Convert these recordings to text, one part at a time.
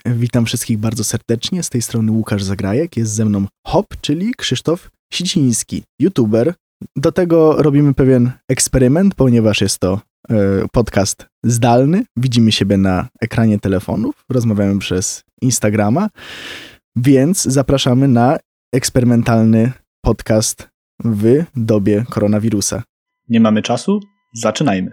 Witam wszystkich bardzo serdecznie. Z tej strony Łukasz Zagrajek. Jest ze mną Hop, czyli Krzysztof Siciński, youtuber. Do tego robimy pewien eksperyment, ponieważ jest to podcast zdalny. Widzimy siebie na ekranie telefonów, rozmawiamy przez Instagrama, więc zapraszamy na eksperymentalny podcast w dobie koronawirusa. Nie mamy czasu? Zaczynajmy.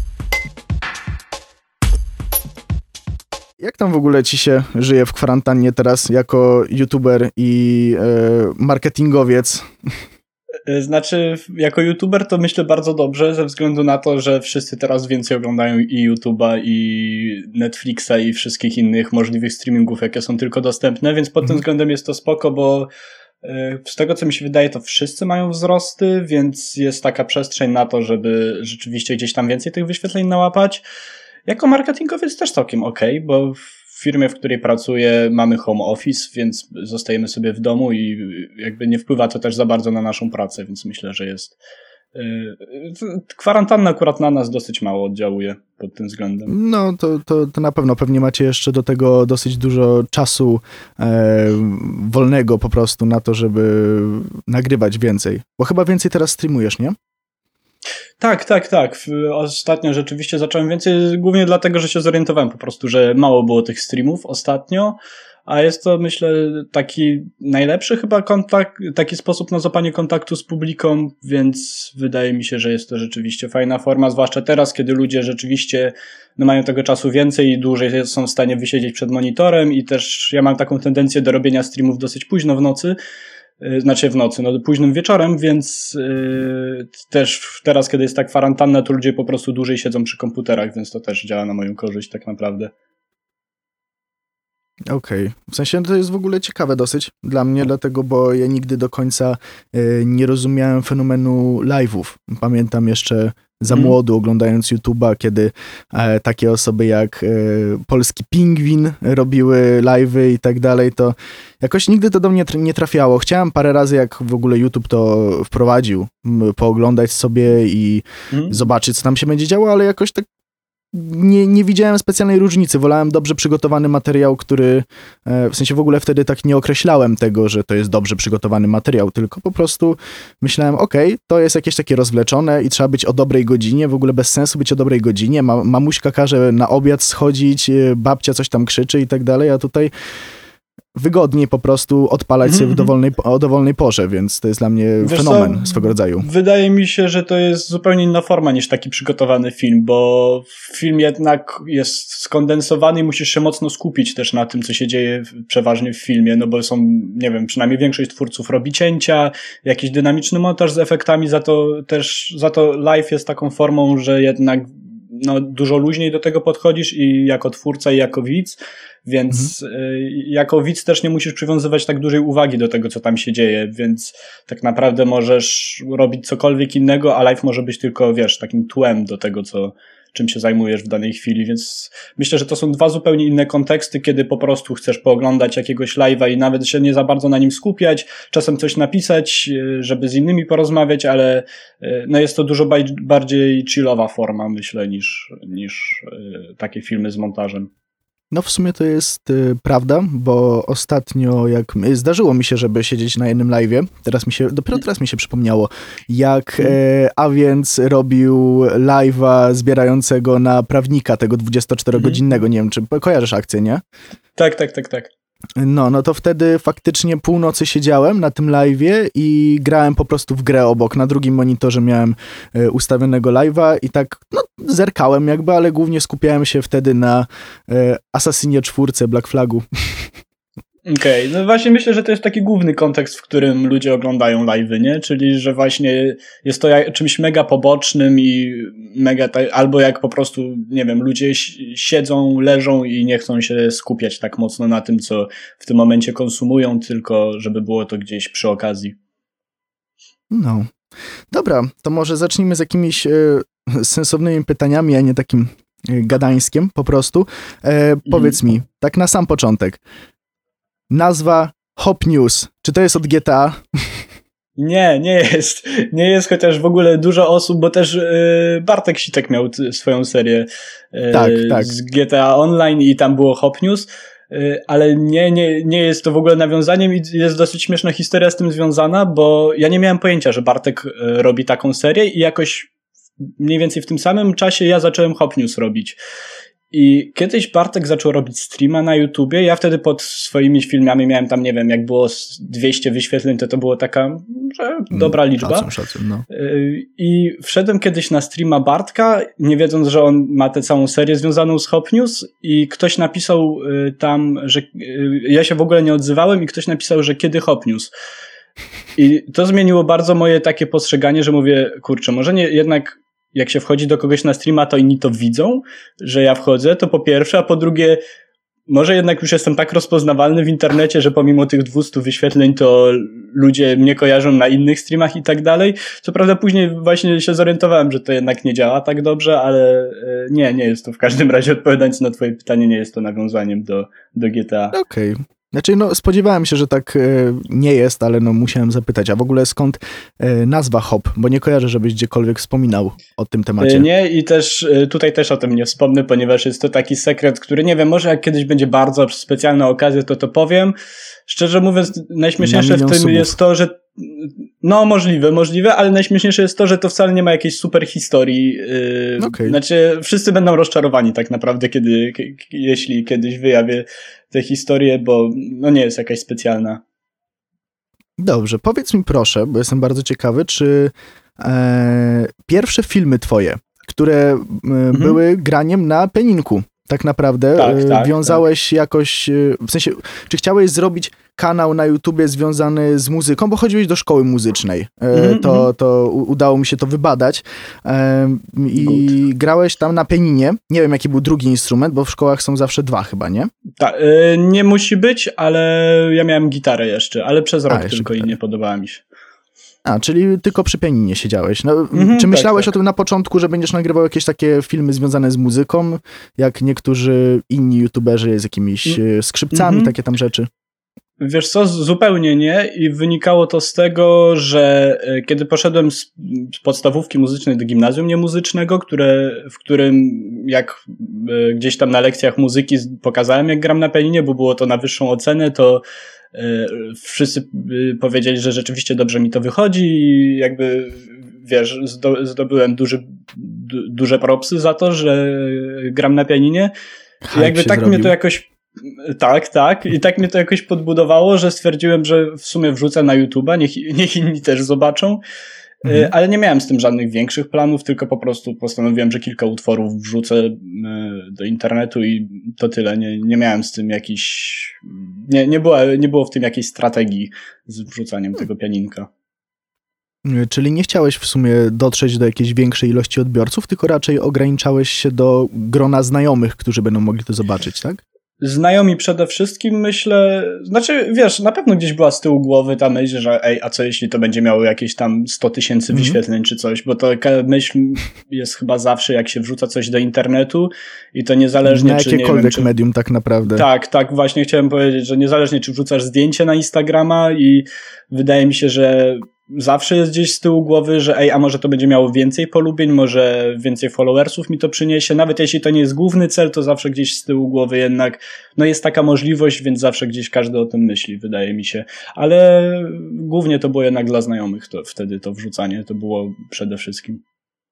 Jak tam w ogóle ci się żyje w kwarantannie teraz jako youtuber i marketingowiec? Znaczy, jako youtuber to myślę bardzo dobrze, ze względu na to, że wszyscy teraz więcej oglądają i YouTube'a, i Netflixa, i wszystkich innych możliwych streamingów, jakie są tylko dostępne, więc pod tym względem jest to spoko, bo z tego, co mi się wydaje, to wszyscy mają wzrosty, więc jest taka przestrzeń na to, żeby rzeczywiście gdzieś tam więcej tych wyświetleń nałapać. Jako marketingowiec też całkiem okej, bo w firmie, w której pracuję, mamy home office, więc zostajemy sobie w domu i jakby nie wpływa to też za bardzo na naszą pracę, więc myślę, że jest kwarantanna akurat na nas dosyć mało oddziałuje pod tym względem. No, to na pewno. Pewnie macie jeszcze do tego dosyć dużo czasu wolnego po prostu na to, żeby nagrywać więcej. Bo chyba więcej teraz streamujesz, nie? Tak. Ostatnio rzeczywiście zacząłem więcej, głównie dlatego, że się zorientowałem po prostu, że mało było tych streamów ostatnio, a jest to, myślę, taki najlepszy chyba kontakt, taki sposób na złapanie kontaktu z publiką, więc wydaje mi się, że jest to rzeczywiście fajna forma, zwłaszcza teraz, kiedy ludzie rzeczywiście mają tego czasu więcej i dłużej są w stanie wysiedzieć przed monitorem i też ja mam taką tendencję do robienia streamów dosyć późno w nocy, późnym wieczorem, więc też teraz, kiedy jest ta kwarantanna, to ludzie po prostu dłużej siedzą przy komputerach, więc to też działa na moją korzyść tak naprawdę. Okej. W sensie to jest w ogóle ciekawe dosyć dla mnie, dlatego, bo ja nigdy do końca nie rozumiałem fenomenu live'ów. Pamiętam jeszcze za młodu, oglądając YouTube'a, kiedy takie osoby jak Polski Pingwin robiły live'y i tak dalej, to jakoś nigdy to do mnie nie trafiało. Chciałem parę razy, jak w ogóle YouTube to wprowadził, pooglądać sobie i zobaczyć, co tam się będzie działo, ale jakoś tak nie widziałem specjalnej różnicy. Wolałem dobrze przygotowany materiał, który w sensie w ogóle wtedy tak nie określałem tego, że to jest dobrze przygotowany materiał, tylko po prostu myślałem, to jest jakieś takie rozwleczone i trzeba być o dobrej godzinie, w ogóle bez sensu być o dobrej godzinie, mamuśka każe na obiad schodzić, babcia coś tam krzyczy i tak dalej, a tutaj wygodniej po prostu odpalać sobie o dowolnej porze, więc to jest dla mnie fenomen swego rodzaju. Wydaje mi się, że to jest zupełnie inna forma niż taki przygotowany film, bo film jednak jest skondensowany i musisz się mocno skupić też na tym, co się dzieje przeważnie w filmie, no bo są, nie wiem, przynajmniej większość twórców robi cięcia, jakiś dynamiczny montaż z efektami, za to live jest taką formą, że jednak dużo luźniej do tego podchodzisz i jako twórca i jako widz, więc jako widz też nie musisz przywiązywać tak dużej uwagi do tego, co tam się dzieje, więc tak naprawdę możesz robić cokolwiek innego, a live może być tylko, takim tłem do tego, czym się zajmujesz w danej chwili, więc myślę, że to są dwa zupełnie inne konteksty, kiedy po prostu chcesz pooglądać jakiegoś live'a i nawet się nie za bardzo na nim skupiać, czasem coś napisać, żeby z innymi porozmawiać, ale jest to dużo bardziej chillowa forma, myślę, niż takie filmy z montażem. No w sumie to jest prawda, bo ostatnio zdarzyło mi się, żeby siedzieć na jednym live'ie, dopiero teraz mi się przypomniało, jak Awiec robił live'a zbierającego na prawnika tego 24-godzinnego, nie wiem, czy kojarzysz akcję, nie? Tak. No to wtedy faktycznie północy siedziałem na tym live'ie i grałem po prostu w grę obok. Na drugim monitorze miałem ustawionego live'a i tak zerkałem jakby, ale głównie skupiałem się wtedy na Assassinie 4, Black Flagu. Okej, no właśnie myślę, że to jest taki główny kontekst, w którym ludzie oglądają live'y, nie? Czyli, że właśnie jest to czymś mega pobocznym i mega, albo jak po prostu, nie wiem, ludzie siedzą, leżą i nie chcą się skupiać tak mocno na tym, co w tym momencie konsumują, tylko żeby było to gdzieś przy okazji. No. Dobra, to może zacznijmy z jakimiś sensownymi pytaniami, a nie takim gadańskiem po prostu. Powiedz mi, tak na sam początek, nazwa Hop News, czy to jest od GTA? Nie jest, chociaż w ogóle dużo osób, bo też Bartek Sitek miał swoją serię tak. z GTA Online i tam było Hop News. ale nie jest to w ogóle nawiązaniem i jest dosyć śmieszna historia z tym związana, bo ja nie miałem pojęcia, że Bartek robi taką serię i jakoś mniej więcej w tym samym czasie ja zacząłem Hop News robić. I kiedyś Bartek zaczął robić streama na YouTubie, ja wtedy pod swoimi filmami miałem tam, nie wiem, jak było 200 wyświetleń, to była taka, że dobra liczba. Szacun, no. I wszedłem kiedyś na streama Bartka, nie wiedząc, że on ma tę całą serię związaną z Hop News i ktoś napisał tam, że ja się w ogóle nie odzywałem i ktoś napisał, że kiedy Hop News. I to zmieniło bardzo moje takie postrzeganie, że mówię, kurczę, może nie jednak jak się wchodzi do kogoś na streama, to inni to widzą, że ja wchodzę, to po pierwsze, a po drugie, może jednak już jestem tak rozpoznawalny w internecie, że pomimo tych 200 wyświetleń to ludzie mnie kojarzą na innych streamach i tak dalej. Co prawda później właśnie się zorientowałem, że to jednak nie działa tak dobrze, ale nie jest to w każdym razie, odpowiadając na twoje pytanie, nie jest to nawiązaniem do GTA. Okej. Znaczy, spodziewałem się, że tak nie jest, ale musiałem zapytać. A w ogóle skąd nazwa Hop? Bo nie kojarzę, żebyś gdziekolwiek wspominał o tym temacie. Nie i też tutaj też o tym nie wspomnę, ponieważ jest to taki sekret, który nie wiem, może jak kiedyś będzie bardzo specjalna okazja, to powiem. Szczerze mówiąc, najśmieszniejsze w tym jest to, że możliwe, ale najśmieszniejsze jest to, że to wcale nie ma jakiejś super historii. Okay. Znaczy, wszyscy będą rozczarowani tak naprawdę, jeśli kiedyś wyjawię tę historię, bo nie jest jakaś specjalna. Dobrze, powiedz mi proszę, bo jestem bardzo ciekawy, czy pierwsze filmy twoje, które były graniem na pianinku, tak naprawdę wiązałeś jakoś, w sensie, czy chciałeś zrobić kanał na YouTubie związany z muzyką, bo chodziłeś do szkoły muzycznej. To udało mi się to wybadać. I grałeś tam na pianinie. Nie wiem, jaki był drugi instrument, bo w szkołach są zawsze 2 chyba, nie? Tak, nie musi być, ale ja miałem gitarę jeszcze, ale przez rok tylko i nie podobała mi się. Czyli tylko przy pianinie siedziałeś. Czy myślałeś o tym na początku, że będziesz nagrywał jakieś takie filmy związane z muzyką, jak niektórzy inni youtuberzy z jakimiś skrzypcami, takie tam rzeczy? Wiesz co, zupełnie nie i wynikało to z tego, że kiedy poszedłem z podstawówki muzycznej do gimnazjum niemuzycznego, w którym jak gdzieś tam na lekcjach muzyki pokazałem, jak gram na pianinie, bo było to na wyższą ocenę, to wszyscy powiedzieli, że rzeczywiście dobrze mi to wychodzi i jakby, wiesz, zdobyłem duże propsy za to, że gram na pianinie. I jakby tak mnie to jakoś tak. I tak mnie to jakoś podbudowało, że stwierdziłem, że w sumie wrzucę na YouTube'a, niech inni też zobaczą. Ale nie miałem z tym żadnych większych planów, tylko po prostu postanowiłem, że kilka utworów wrzucę do internetu i to tyle. Nie miałem z tym jakiś... Nie było w tym jakiejś strategii z wrzucaniem tego pianinka. Czyli nie chciałeś w sumie dotrzeć do jakiejś większej ilości odbiorców, tylko raczej ograniczałeś się do grona znajomych, którzy będą mogli to zobaczyć, tak? Znajomi przede wszystkim, myślę, znaczy wiesz, na pewno gdzieś była z tyłu głowy ta myśl, że a co jeśli to będzie miało jakieś tam 100 000 wyświetleń czy coś, bo to myśl jest chyba zawsze, jak się wrzuca coś do internetu i to niezależnie czy... Na jakiekolwiek medium tak naprawdę. Tak, właśnie chciałem powiedzieć, że niezależnie czy wrzucasz zdjęcie na Instagrama i wydaje mi się, że zawsze jest gdzieś z tyłu głowy, że a może to będzie miało więcej polubień, może więcej followersów mi to przyniesie. Nawet jeśli to nie jest główny cel, to zawsze gdzieś z tyłu głowy jednak jest taka możliwość, więc zawsze gdzieś każdy o tym myśli, wydaje mi się. Ale głównie to było jednak dla znajomych wtedy to wrzucanie, to było przede wszystkim.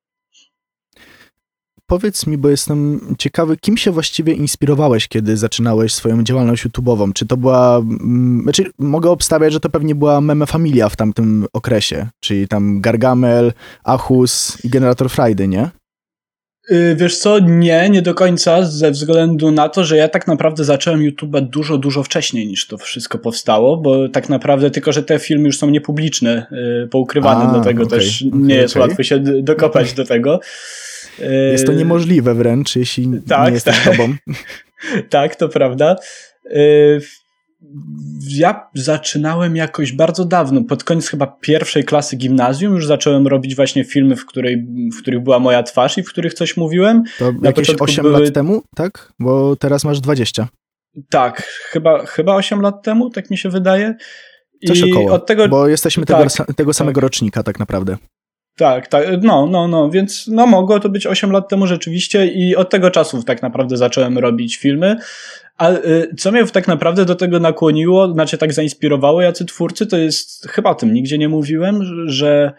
Powiedz mi, bo jestem ciekawy, kim się właściwie inspirowałeś, kiedy zaczynałeś swoją działalność YouTube'ową? Czy to była... mogę obstawiać, że to pewnie była Meme Familia w tamtym okresie, czyli tam Gargamel, Achus i Generator Friday, nie? Wiesz co, nie do końca, ze względu na to, że ja tak naprawdę zacząłem YouTube'a dużo wcześniej niż to wszystko powstało, bo tak naprawdę tylko, że te filmy już są niepubliczne, poukrywane, dlatego też nie jest łatwo się dokopać do tego. Jest to niemożliwe wręcz, jeśli nie jesteś tobą. Tak, to prawda. Ja zaczynałem jakoś bardzo dawno, pod koniec chyba pierwszej klasy gimnazjum już zacząłem robić właśnie filmy, w których była moja twarz i w których coś mówiłem. To jakieś 8 lat temu, tak? Bo teraz masz 20. Tak, chyba 8 lat temu, tak mi się wydaje. Coś około, od tego, bo jesteśmy tego samego rocznika tak naprawdę. Tak, więc mogło to być 8 lat temu rzeczywiście i od tego czasu tak naprawdę zacząłem robić filmy. A co mnie tak naprawdę do tego nakłoniło, znaczy tak zainspirowało jacy twórcy, to jest, chyba o tym nigdzie nie mówiłem, że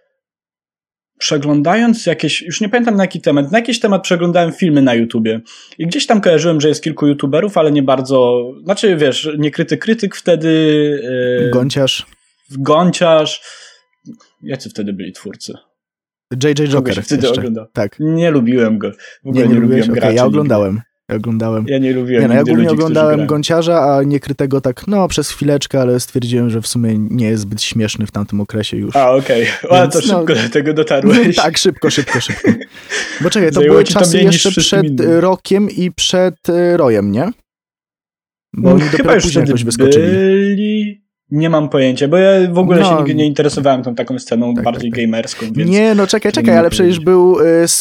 przeglądając jakieś, już nie pamiętam na jakiś temat przeglądałem filmy na YouTubie i gdzieś tam kojarzyłem, że jest kilku YouTuberów, ale nie bardzo, znaczy wiesz, nie krytyk wtedy. Gonciarz. Jacy wtedy byli twórcy? JJ Joker wtedy oglądał. Tak. Nie lubiłem go. W ogóle nie lubiłem graczy. Okay, ja oglądałem. Ja nie lubiłem ja głównie oglądałem Gonciarza, a niekrytego tak, przez chwileczkę, ale stwierdziłem, że w sumie nie jest zbyt śmieszny w tamtym okresie już. A, okej. Okay. To szybko do tego dotarłeś. Tak, szybko. Bo czekaj, to były czasy jeszcze przed Rokiem i przed Rojem, nie? Bo oni chyba już później jakoś wyskoczyli. Nie mam pojęcia, bo ja w ogóle się nigdy nie interesowałem tą taką sceną bardziej gamerską. Więc nie, czekaj, ale przecież był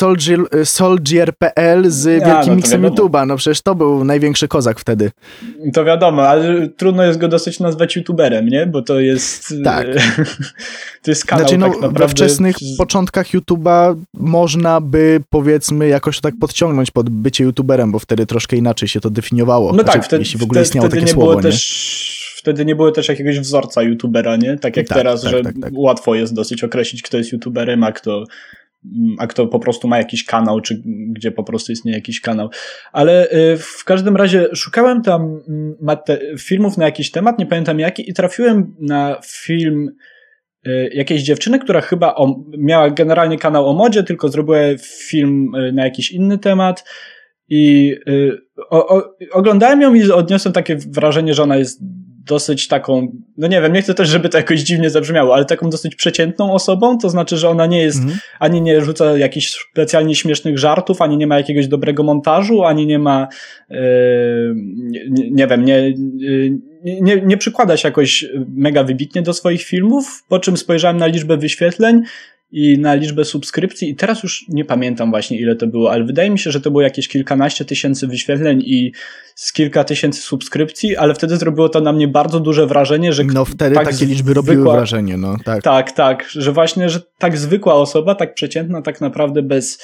Soldier.pl z wielkim miksem YouTube'a. No przecież to był największy kozak wtedy. To wiadomo, ale trudno jest go dosyć nazwać YouTuberem, nie? Bo to jest... Tak. To jest kanał tak naprawdę... We wczesnych początkach YouTube'a można by, powiedzmy, jakoś tak podciągnąć pod bycie YouTuberem, bo wtedy troszkę inaczej się to definiowało. No tak, jeśli w ogóle istniało takie słowo, nie? Wtedy nie było też jakiegoś wzorca YouTubera, nie? Tak jak teraz, że łatwo jest dosyć określić, kto jest YouTuberem, a kto po prostu ma jakiś kanał, czy gdzie po prostu istnieje jakiś kanał. Ale w każdym razie szukałem tam filmów na jakiś temat, nie pamiętam jaki, i trafiłem na film jakiejś dziewczyny, która chyba miała generalnie kanał o modzie, tylko zrobiła film na jakiś inny temat. I oglądałem ją i odniosłem takie wrażenie, że ona jest dosyć taką, no nie wiem, nie chcę też, żeby to jakoś dziwnie zabrzmiało, ale taką dosyć przeciętną osobą, to znaczy, że ona nie jest, ani nie rzuca jakichś specjalnie śmiesznych żartów, ani nie ma jakiegoś dobrego montażu, ani nie ma, nie wiem, nie przykłada się jakoś mega wybitnie do swoich filmów, po czym spojrzałem na liczbę wyświetleń i na liczbę subskrypcji i teraz już nie pamiętam właśnie ile to było, ale wydaje mi się, że to było jakieś kilkanaście tysięcy wyświetleń i z kilka tysięcy subskrypcji, ale wtedy zrobiło to na mnie bardzo duże wrażenie, że wtedy tak takie liczby robiły wrażenie, Tak, że właśnie, że tak zwykła osoba, tak przeciętna, tak naprawdę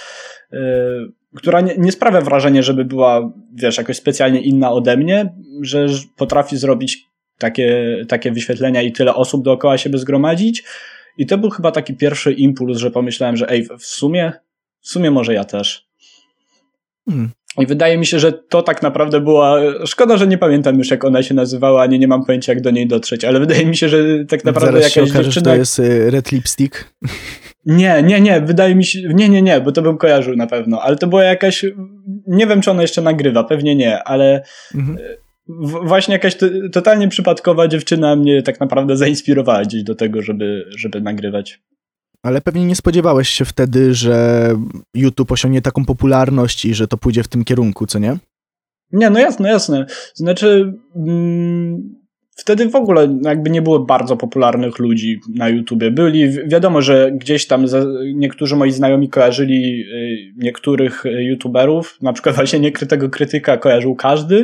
która nie sprawia wrażenia, żeby była, wiesz, jakoś specjalnie inna ode mnie, że potrafi zrobić takie wyświetlenia i tyle osób dookoła siebie zgromadzić. I to był chyba taki pierwszy impuls, że pomyślałem, że w sumie może ja też. I wydaje mi się, że to tak naprawdę była... Szkoda, że nie pamiętam już, jak ona się nazywała, nie mam pojęcia, jak do niej dotrzeć, ale wydaje mi się, że tak naprawdę zaraz jakaś się okaże, dziewczyna... że to jest Red Lipstick. Nie, wydaje mi się... Nie, bo to bym kojarzył na pewno, ale to była jakaś... Nie wiem, czy ona jeszcze nagrywa, pewnie nie, ale... Właśnie jakaś totalnie przypadkowa dziewczyna mnie tak naprawdę zainspirowała gdzieś do tego, żeby nagrywać. Ale pewnie nie spodziewałeś się wtedy, że YouTube osiągnie taką popularność i że to pójdzie w tym kierunku, co nie? Nie, no jasne. Znaczy, wtedy w ogóle jakby nie było bardzo popularnych ludzi na YouTubie. Wiadomo, że gdzieś tam niektórzy moi znajomi kojarzyli niektórych YouTuberów, na przykład właśnie Niekrytego Krytyka kojarzył każdy,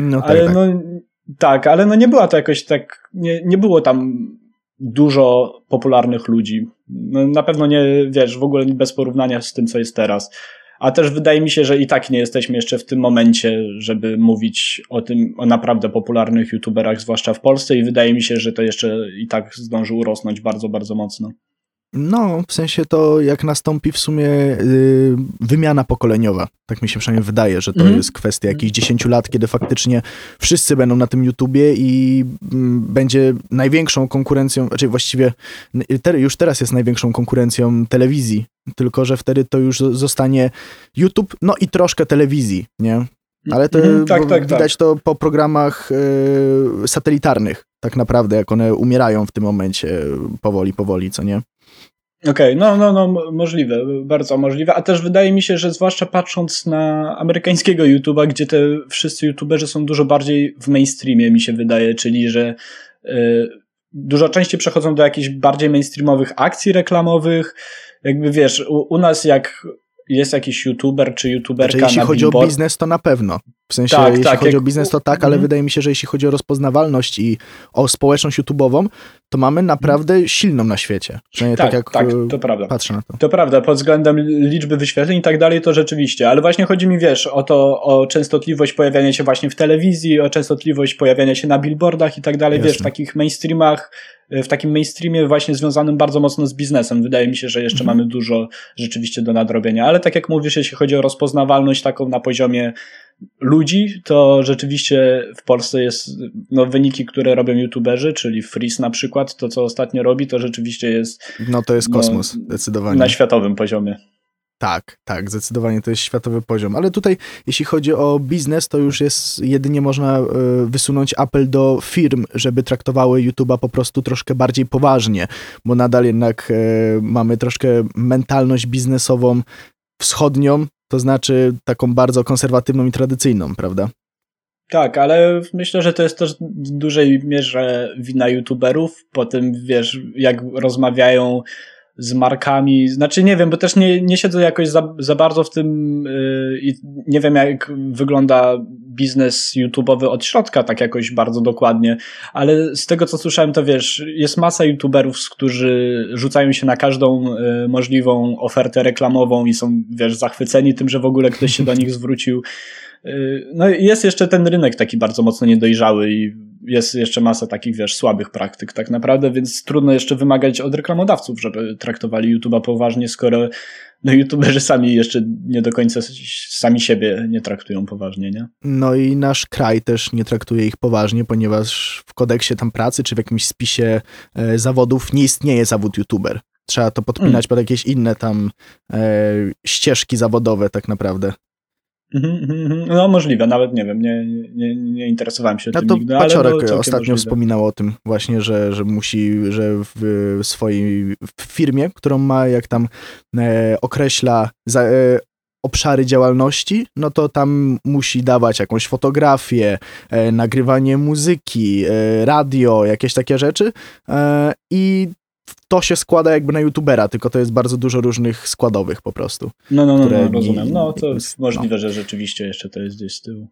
ale nie była to jakoś tak, nie było tam dużo popularnych ludzi. No, na pewno nie, wiesz, w ogóle bez porównania z tym, co jest teraz. A też wydaje mi się, że i tak nie jesteśmy jeszcze w tym momencie, żeby mówić o naprawdę popularnych YouTuberach, zwłaszcza w Polsce, i wydaje mi się, że to jeszcze i tak zdąży urosnąć bardzo, bardzo mocno. No, w sensie to jak nastąpi w sumie wymiana pokoleniowa. Tak mi się przynajmniej wydaje, że to jest kwestia jakichś 10 lat, kiedy faktycznie wszyscy będą na tym YouTubie i będzie największą konkurencją, znaczy właściwie już teraz jest największą konkurencją telewizji, tylko że wtedy to już zostanie YouTube, no i troszkę telewizji, nie? Ale to widać to po programach satelitarnych, tak naprawdę, jak one umierają w tym momencie powoli, co nie? Okej, no, możliwe, bardzo możliwe, a też wydaje mi się, że zwłaszcza patrząc na amerykańskiego YouTube'a, gdzie te wszyscy YouTuberzy są dużo bardziej w mainstreamie, mi się wydaje, czyli że dużo częściej przechodzą do jakichś bardziej mainstreamowych akcji reklamowych, jakby wiesz, u nas jak jest jakiś YouTuber czy YouTuberka jeśli na chodzi o biznes, to na pewno. W sensie, jeśli chodzi o biznes, to tak, ale wydaje mi się, że jeśli chodzi o rozpoznawalność i o społeczność YouTube'ową, to mamy naprawdę silną na świecie. Tak, to prawda. Patrzę na to. To prawda, pod względem liczby wyświetleń i tak dalej, to rzeczywiście, ale właśnie chodzi mi, wiesz, o częstotliwość pojawiania się właśnie w telewizji, o częstotliwość pojawiania się na billboardach i tak dalej, wiesz, w takich mainstreamach, w takim mainstreamie właśnie związanym bardzo mocno z biznesem. Wydaje mi się, że jeszcze mamy dużo rzeczywiście do nadrobienia, ale tak jak mówisz, jeśli chodzi o rozpoznawalność taką na poziomie ludzi, to rzeczywiście w Polsce jest, wyniki, które robią youtuberzy, czyli Freeze na przykład, to co ostatnio robi, to rzeczywiście jest... to jest kosmos, zdecydowanie. Na światowym poziomie. Tak, zdecydowanie to jest światowy poziom, ale tutaj jeśli chodzi o biznes, to już jest jedynie można wysunąć apel do firm, żeby traktowały YouTube'a po prostu troszkę bardziej poważnie, bo nadal jednak mamy troszkę mentalność biznesową wschodnią, to znaczy taką bardzo konserwatywną i tradycyjną, prawda? Tak, ale myślę, że to jest też w dużej mierze wina YouTuberów, po tym, wiesz, jak rozmawiają z markami, znaczy nie wiem, bo też nie siedzę jakoś za bardzo w tym i nie wiem, jak wygląda biznes YouTube'owy od środka tak jakoś bardzo dokładnie, ale z tego co słyszałem, to wiesz, jest masa YouTuberów, którzy rzucają się na każdą możliwą ofertę reklamową i są, wiesz, zachwyceni tym, że w ogóle ktoś się do nich zwrócił. No jest jeszcze ten rynek taki bardzo mocno niedojrzały i jest jeszcze masa takich, wiesz, słabych praktyk tak naprawdę, więc trudno jeszcze wymagać od reklamodawców, żeby traktowali YouTube'a poważnie, skoro YouTuberzy sami jeszcze nie do końca sami siebie nie traktują poważnie, nie? No i nasz kraj też nie traktuje ich poważnie, ponieważ w kodeksie tam pracy, czy w jakimś spisie zawodów nie istnieje zawód YouTuber. Trzeba to podpinać pod jakieś inne tam ścieżki zawodowe tak naprawdę. No możliwe, nawet nie wiem, nie interesowałem się tym nigdy. Paciorek ostatnio wspominał o tym właśnie, że w swojej firmie, którą ma, jak tam określa obszary działalności, no to tam musi dawać jakąś fotografię, nagrywanie muzyki, radio, jakieś takie rzeczy i to się składa jakby na YouTubera, tylko to jest bardzo dużo różnych składowych po prostu. No, rozumiem. No to możliwe, że rzeczywiście jeszcze to jest gdzieś z tyłu.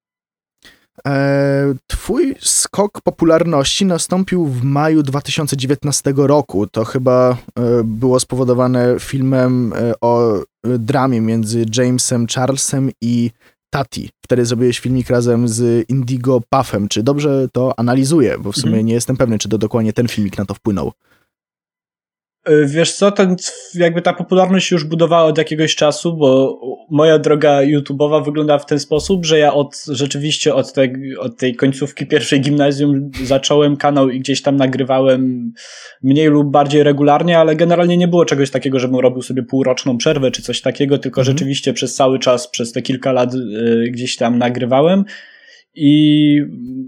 Twój skok popularności nastąpił w maju 2019 roku. To chyba było spowodowane filmem o dramie między Jamesem Charlesem i Tati. Wtedy zrobiłeś filmik razem z Indigo Puffem. Czy dobrze to analizuję? Bo w sumie nie jestem pewny, czy to dokładnie ten filmik na to wpłynął. Wiesz co, jakby ta popularność się już budowała od jakiegoś czasu, bo moja droga YouTube'owa wygląda w ten sposób, że ja rzeczywiście od tej końcówki pierwszej gimnazjum zacząłem kanał i gdzieś tam nagrywałem mniej lub bardziej regularnie, ale generalnie nie było czegoś takiego, żebym robił sobie półroczną przerwę czy coś takiego, tylko rzeczywiście przez cały czas, przez te kilka lat gdzieś tam nagrywałem i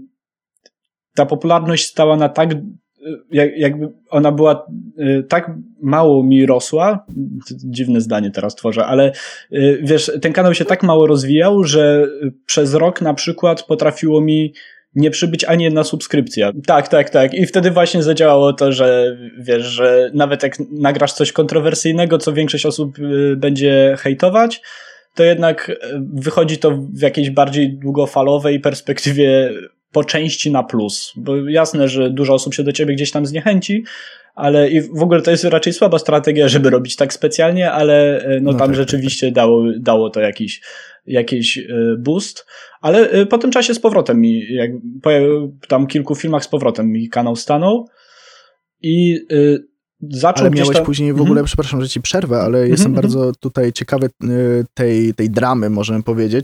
ta popularność stała na tak jakby ona była tak mało mi rosła, dziwne zdanie teraz tworzę, ale wiesz, ten kanał się tak mało rozwijał, że przez rok na przykład potrafiło mi nie przybyć ani jedna subskrypcja. Tak. I wtedy właśnie zadziałało to, że wiesz, że nawet jak nagrasz coś kontrowersyjnego, co większość osób będzie hejtować, to jednak wychodzi to w jakiejś bardziej długofalowej perspektywie po części na plus, bo jasne, że dużo osób się do ciebie gdzieś tam zniechęci, ale i w ogóle to jest raczej słaba strategia, żeby robić tak specjalnie, ale no tam tak, rzeczywiście tak. Dało to jakiś boost, ale po tym czasie z powrotem jak po tam kilku filmach z powrotem mi kanał stanął i zaczął. Ale miałeś później w ogóle, przepraszam, że ci przerwę, ale jestem bardzo tutaj ciekawy tej dramy, możemy powiedzieć.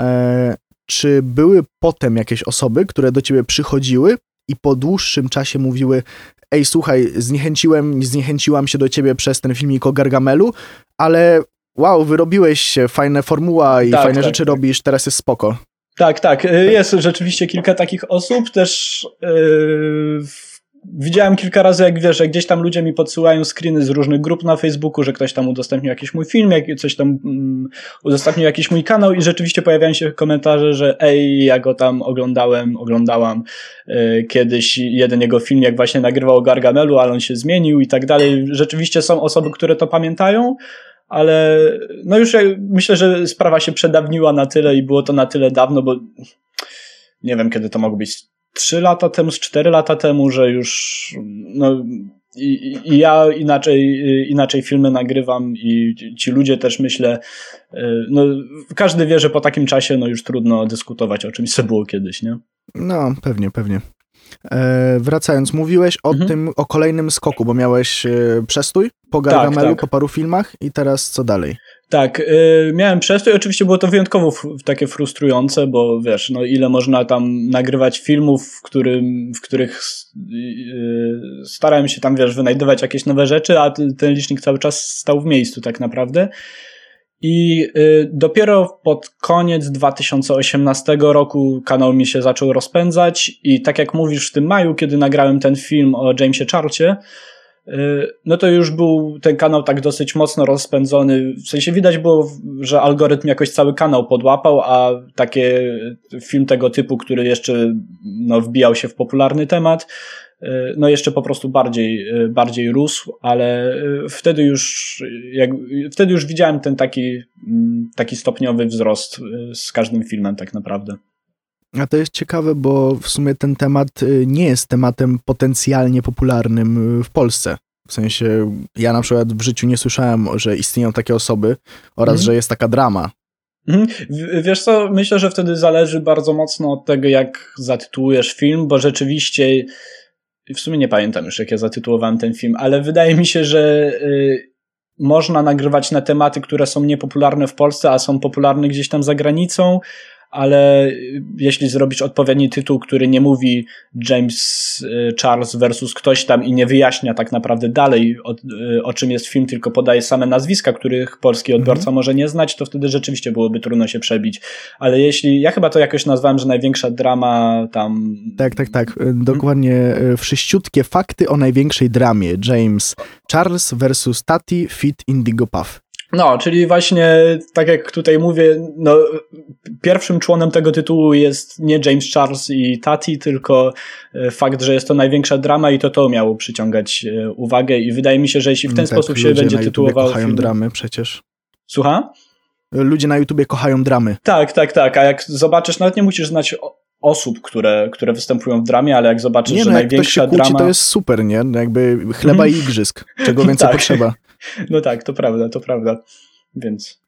Czy były potem jakieś osoby, które do ciebie przychodziły i po dłuższym czasie mówiły: ej, słuchaj, zniechęciłam się do ciebie przez ten filmik o Gargamelu, ale wow, wyrobiłeś się, fajna formuła i fajne rzeczy robisz, teraz jest spoko. Tak. Jest rzeczywiście kilka takich osób. Też widziałem kilka razy, jak wiesz, jak gdzieś tam ludzie mi podsyłają screeny z różnych grup na Facebooku, że ktoś tam udostępnił jakiś mój film, coś tam udostępnił jakiś mój kanał i rzeczywiście pojawiają się komentarze, że ej, ja go tam oglądałam kiedyś jeden jego film, jak właśnie nagrywał o Gargamelu, ale on się zmienił i tak dalej. Rzeczywiście są osoby, które to pamiętają, ale no już myślę, że sprawa się przedawniła na tyle i było to na tyle dawno, bo nie wiem, kiedy to mogło być, 3 lata temu, 4 lata temu, że już no i ja inaczej filmy nagrywam i ci ludzie też, myślę, no każdy wie, że po takim czasie no już trudno dyskutować o czymś, co było kiedyś, nie? No, pewnie. Wracając, mówiłeś o kolejnym skoku, bo miałeś przestój po Gargamelu, po paru filmach i teraz co dalej? Tak, miałem przestój, oczywiście było to wyjątkowo takie frustrujące, bo wiesz, no ile można tam nagrywać filmów, w których starałem się tam, wiesz, wynajdywać jakieś nowe rzeczy, a ten licznik cały czas stał w miejscu tak naprawdę. I dopiero pod koniec 2018 roku kanał mi się zaczął rozpędzać i tak jak mówisz, w tym maju, kiedy nagrałem ten film o Jamesie Charlesie, no to już był ten kanał tak dosyć mocno rozpędzony, w sensie widać było, że algorytm jakoś cały kanał podłapał, a takie film tego typu, który jeszcze no, wbijał się w popularny temat, no jeszcze po prostu bardziej rósł, ale wtedy już widziałem ten taki stopniowy wzrost z każdym filmem tak naprawdę. A to jest ciekawe, bo w sumie ten temat nie jest tematem potencjalnie popularnym w Polsce. W sensie ja na przykład w życiu nie słyszałem, że istnieją takie osoby oraz, że jest taka drama. Wiesz co, myślę, że wtedy zależy bardzo mocno od tego, jak zatytułujesz film, bo rzeczywiście w sumie nie pamiętam już, jak ja zatytułowałem ten film, ale wydaje mi się, że można nagrywać na tematy, które są niepopularne w Polsce, a są popularne gdzieś tam za granicą, ale jeśli zrobisz odpowiedni tytuł, który nie mówi James Charles versus ktoś tam i nie wyjaśnia tak naprawdę dalej o czym jest film, tylko podaje same nazwiska, których polski odbiorca może nie znać, to wtedy rzeczywiście byłoby trudno się przebić. Ale ja chyba to jakoś nazwałem, że największa drama tam... Tak. Dokładnie wszyściutkie fakty o największej dramie. James Charles versus Tati Fit Indigo Puff. No, czyli właśnie, tak jak tutaj mówię, no, pierwszym członem tego tytułu jest nie James Charles i Tati, tylko fakt, że jest to największa drama i to miało przyciągać uwagę i wydaje mi się, że jeśli w ten sposób się będzie tytułował kochają film... dramy przecież. Słucham? Ludzie na YouTubie kochają dramy. Tak, a jak zobaczysz, nawet nie musisz znać osób, które występują w dramie, ale jak zobaczysz, że największa jak ktoś się kłóci, drama... to jest super, nie? Jakby chleba i igrzysk. Czego więcej potrzeba. No tak, to prawda. Więc...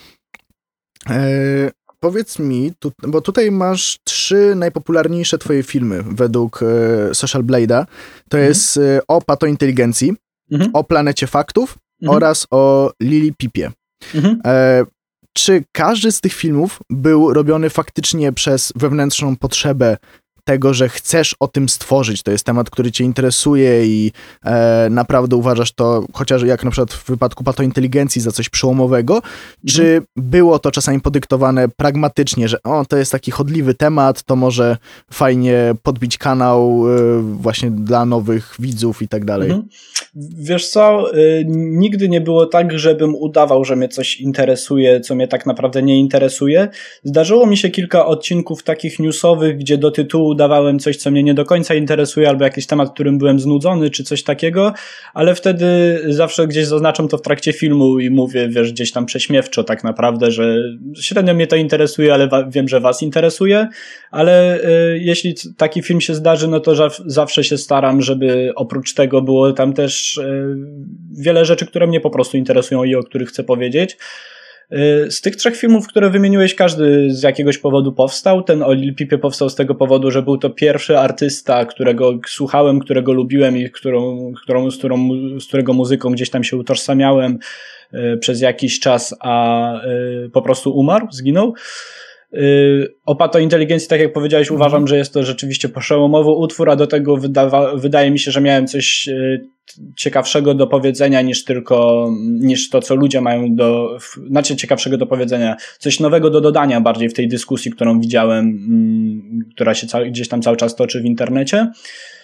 Powiedz mi, bo tutaj masz 3 najpopularniejsze twoje filmy według Social Blade'a. To jest o patointeligencji, o planecie faktów oraz o Lili Pipie. Czy każdy z tych filmów był robiony faktycznie przez wewnętrzną potrzebę tego, że chcesz o tym stworzyć, to jest temat, który cię interesuje i naprawdę uważasz to, chociaż jak na przykład w wypadku patointeligencji, za coś przełomowego, czy było to czasami podyktowane pragmatycznie, że to jest taki chodliwy temat, to może fajnie podbić kanał właśnie dla nowych widzów i tak dalej? Wiesz co, nigdy nie było tak, żebym udawał, że mnie coś interesuje, co mnie tak naprawdę nie interesuje. Zdarzyło mi się kilka odcinków takich newsowych, gdzie do tytułu dawałem coś, co mnie nie do końca interesuje, albo jakiś temat, którym byłem znudzony, czy coś takiego, ale wtedy zawsze gdzieś zaznaczam to w trakcie filmu i mówię, wiesz, gdzieś tam prześmiewczo tak naprawdę, że średnio mnie to interesuje, ale wiem, że was interesuje, ale jeśli taki film się zdarzy, no to zawsze się staram, żeby oprócz tego było tam też wiele rzeczy, które mnie po prostu interesują i o których chcę powiedzieć. Z tych 3 filmów, które wymieniłeś, każdy z jakiegoś powodu powstał. Ten o Lil Pipie powstał z tego powodu, że był to pierwszy artysta, którego słuchałem, którego lubiłem i z którego muzyką gdzieś tam się utożsamiałem przez jakiś czas, a po prostu umarł, zginął. O patointeligencji, tak jak powiedziałeś, uważam, że jest to rzeczywiście przełomowy utwór, a do tego wydaje mi się, że miałem coś ciekawszego do powiedzenia niż to, co ludzie mają ciekawszego do powiedzenia, coś nowego do dodania bardziej w tej dyskusji, którą widziałem, która się gdzieś tam cały czas toczy w internecie.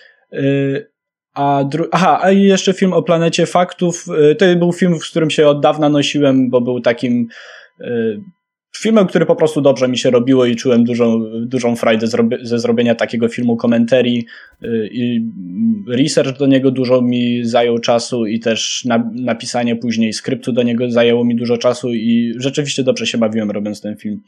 A i jeszcze film o planecie faktów. To był film, z którym się od dawna nosiłem, bo był takim filmem, który po prostu dobrze mi się robiło i czułem dużą frajdę ze zrobienia takiego filmu, komentarii i research do niego dużo mi zajął czasu i też napisanie później skryptu do niego zajęło mi dużo czasu i rzeczywiście dobrze się bawiłem robiąc ten film.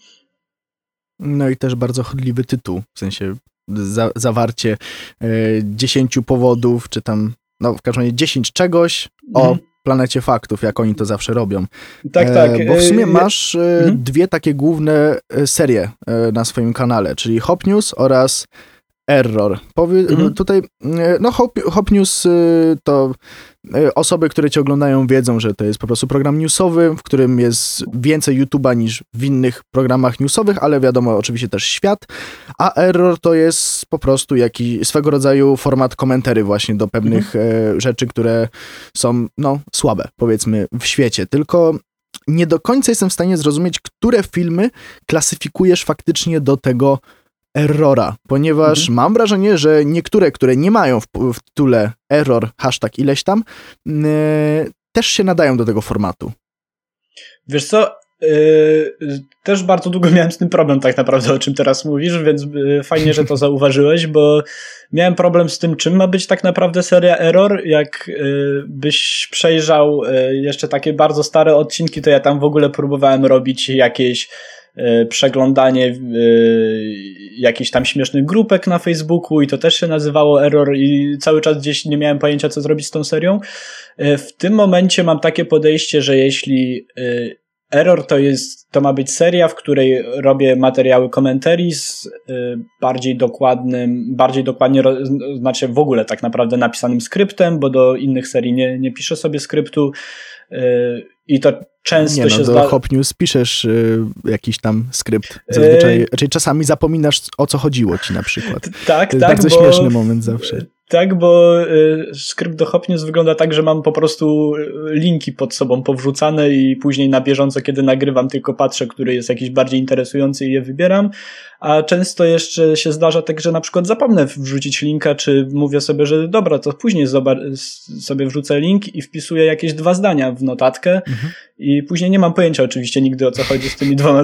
No i też bardzo chodliwy tytuł, w sensie zawarcie 10 powodów, czy tam, no w każdym razie 10 czegoś o planecie faktów, jak oni to zawsze robią. Tak, tak. Bo w sumie masz dwie takie główne serie na swoim kanale, czyli Hop News oraz Error. Tutaj, no Hop News to osoby, które cię oglądają, wiedzą, że to jest po prostu program newsowy, w którym jest więcej YouTube'a niż w innych programach newsowych, ale wiadomo, oczywiście też świat, a Error to jest po prostu jakiś swego rodzaju format komentarzy właśnie do pewnych rzeczy, które są, no, słabe, powiedzmy, w świecie. Tylko nie do końca jestem w stanie zrozumieć, które filmy klasyfikujesz faktycznie do tego Errora, ponieważ mam wrażenie, że niektóre, które nie mają w tytule error, hashtag ileś tam, też się nadają do tego formatu. Wiesz co, też bardzo długo miałem z tym problem tak naprawdę, o czym teraz mówisz, więc fajnie, że to zauważyłeś, bo miałem problem z tym, czym ma być tak naprawdę seria Error. Jak byś przejrzał jeszcze takie bardzo stare odcinki, to ja tam w ogóle próbowałem robić jakieś przeglądanie jakichś tam śmiesznych grupek na Facebooku i to też się nazywało Error i cały czas gdzieś nie miałem pojęcia, co zrobić z tą serią. W tym momencie mam takie podejście, że jeśli Error to ma być seria, w której robię materiały komentarii z bardziej dokładnie, znaczy w ogóle tak naprawdę napisanym skryptem, bo do innych serii nie piszę sobie skryptu i to często się zdarza. Do Hop News piszesz jakiś tam skrypt. Zazwyczaj, czyli czasami zapominasz, o co chodziło ci na przykład. Tak, to jest bardzo śmieszny moment zawsze. Tak, bo skrypt do Hop News wygląda tak, że mam po prostu linki pod sobą powrzucane i później na bieżąco, kiedy nagrywam, tylko patrzę, który jest jakiś bardziej interesujący i je wybieram, a często jeszcze się zdarza tak, że na przykład zapomnę wrzucić linka, czy mówię sobie, że dobra, to później sobie wrzucę link i wpisuję jakieś 2 zdania w notatkę i później nie mam pojęcia oczywiście nigdy, o co chodzi z tymi 2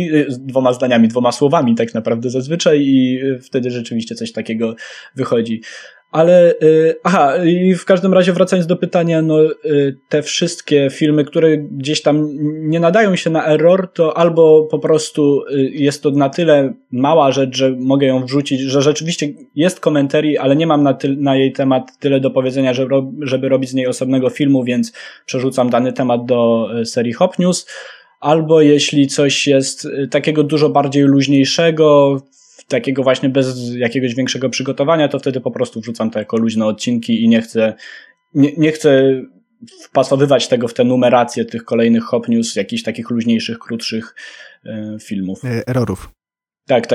słowami tak naprawdę zazwyczaj i wtedy rzeczywiście coś takiego wychodzi. Ale, i w każdym razie wracając do pytania, no te wszystkie filmy, które gdzieś tam nie nadają się na Error, to albo po prostu jest to na tyle mała rzecz, że mogę ją wrzucić, że rzeczywiście jest komentarii, ale nie mam na jej temat tyle do powiedzenia, żeby robić z niej osobnego filmu, więc przerzucam dany temat do serii Hop News. Albo jeśli coś jest takiego dużo bardziej luźniejszego, takiego właśnie bez jakiegoś większego przygotowania, to wtedy po prostu wrzucam to jako luźne odcinki i nie chcę wpasowywać tego w tę numerację tych kolejnych Hop News, jakichś takich luźniejszych, krótszych filmów. Errorów. Tak.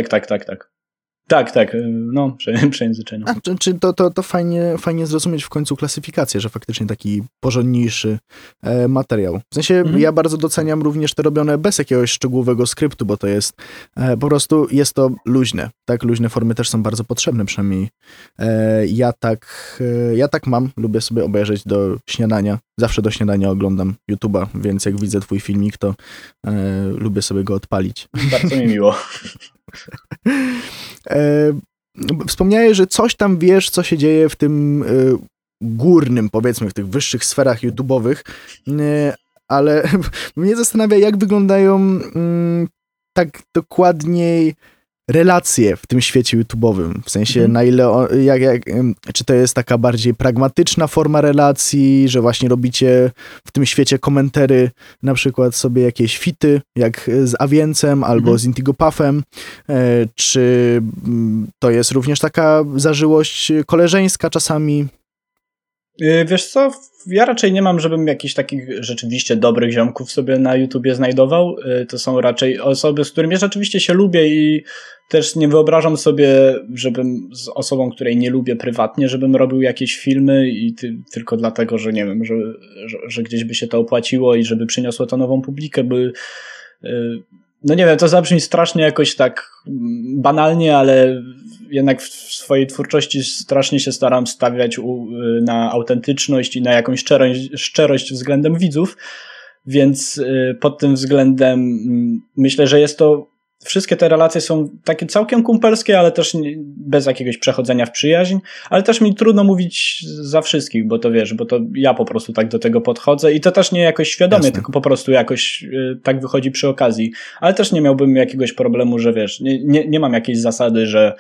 Tak, no, przejęzyczenie. Czy to fajnie zrozumieć w końcu klasyfikację, że faktycznie taki porządniejszy materiał. W sensie ja bardzo doceniam również te robione bez jakiegoś szczegółowego skryptu, bo to jest po prostu jest to luźne. Tak, luźne formy też są bardzo potrzebne, przynajmniej ja tak mam, lubię sobie obejrzeć do śniadania. Zawsze do śniadania oglądam YouTube'a, więc jak widzę twój filmik, to lubię sobie go odpalić. Bardzo mi miło. Wspomniałeś, że coś tam wiesz, co się dzieje w tym górnym, powiedzmy, w tych wyższych sferach YouTube'owych, ale mnie zastanawia, jak wyglądają tak dokładniej relacje w tym świecie YouTube'owym, w sensie na ile, czy to jest taka bardziej pragmatyczna forma relacji, że właśnie robicie w tym świecie komentary, na przykład sobie jakieś fity, jak z Awiencem albo z Intigo Puffem, czy to jest również taka zażyłość koleżeńska czasami? Wiesz co, ja raczej nie mam, żebym jakichś takich rzeczywiście dobrych ziomków sobie na YouTubie znajdował. To są raczej osoby, z którymi ja rzeczywiście się lubię i też nie wyobrażam sobie, żebym z osobą, której nie lubię prywatnie, żebym robił jakieś filmy i tylko dlatego, że nie wiem, że gdzieś by się to opłaciło i żeby przyniosło to nową publikę, by no nie wiem, to zabrzmi strasznie jakoś tak banalnie, ale jednak w swojej twórczości strasznie się staram stawiać na autentyczność i na jakąś szczerość względem widzów. więc pod tym względem myślę, że jest to wszystkie te relacje są takie całkiem kumpelskie, ale też bez jakiegoś przechodzenia w przyjaźń, ale też mi trudno mówić za wszystkich, bo to wiesz, bo to ja po prostu tak do tego podchodzę i to też nie jakoś świadomie, Jasne. tylko po prostu jakoś tak wychodzi przy okazji, ale też nie miałbym jakiegoś problemu, że wiesz, nie mam jakiejś zasady, że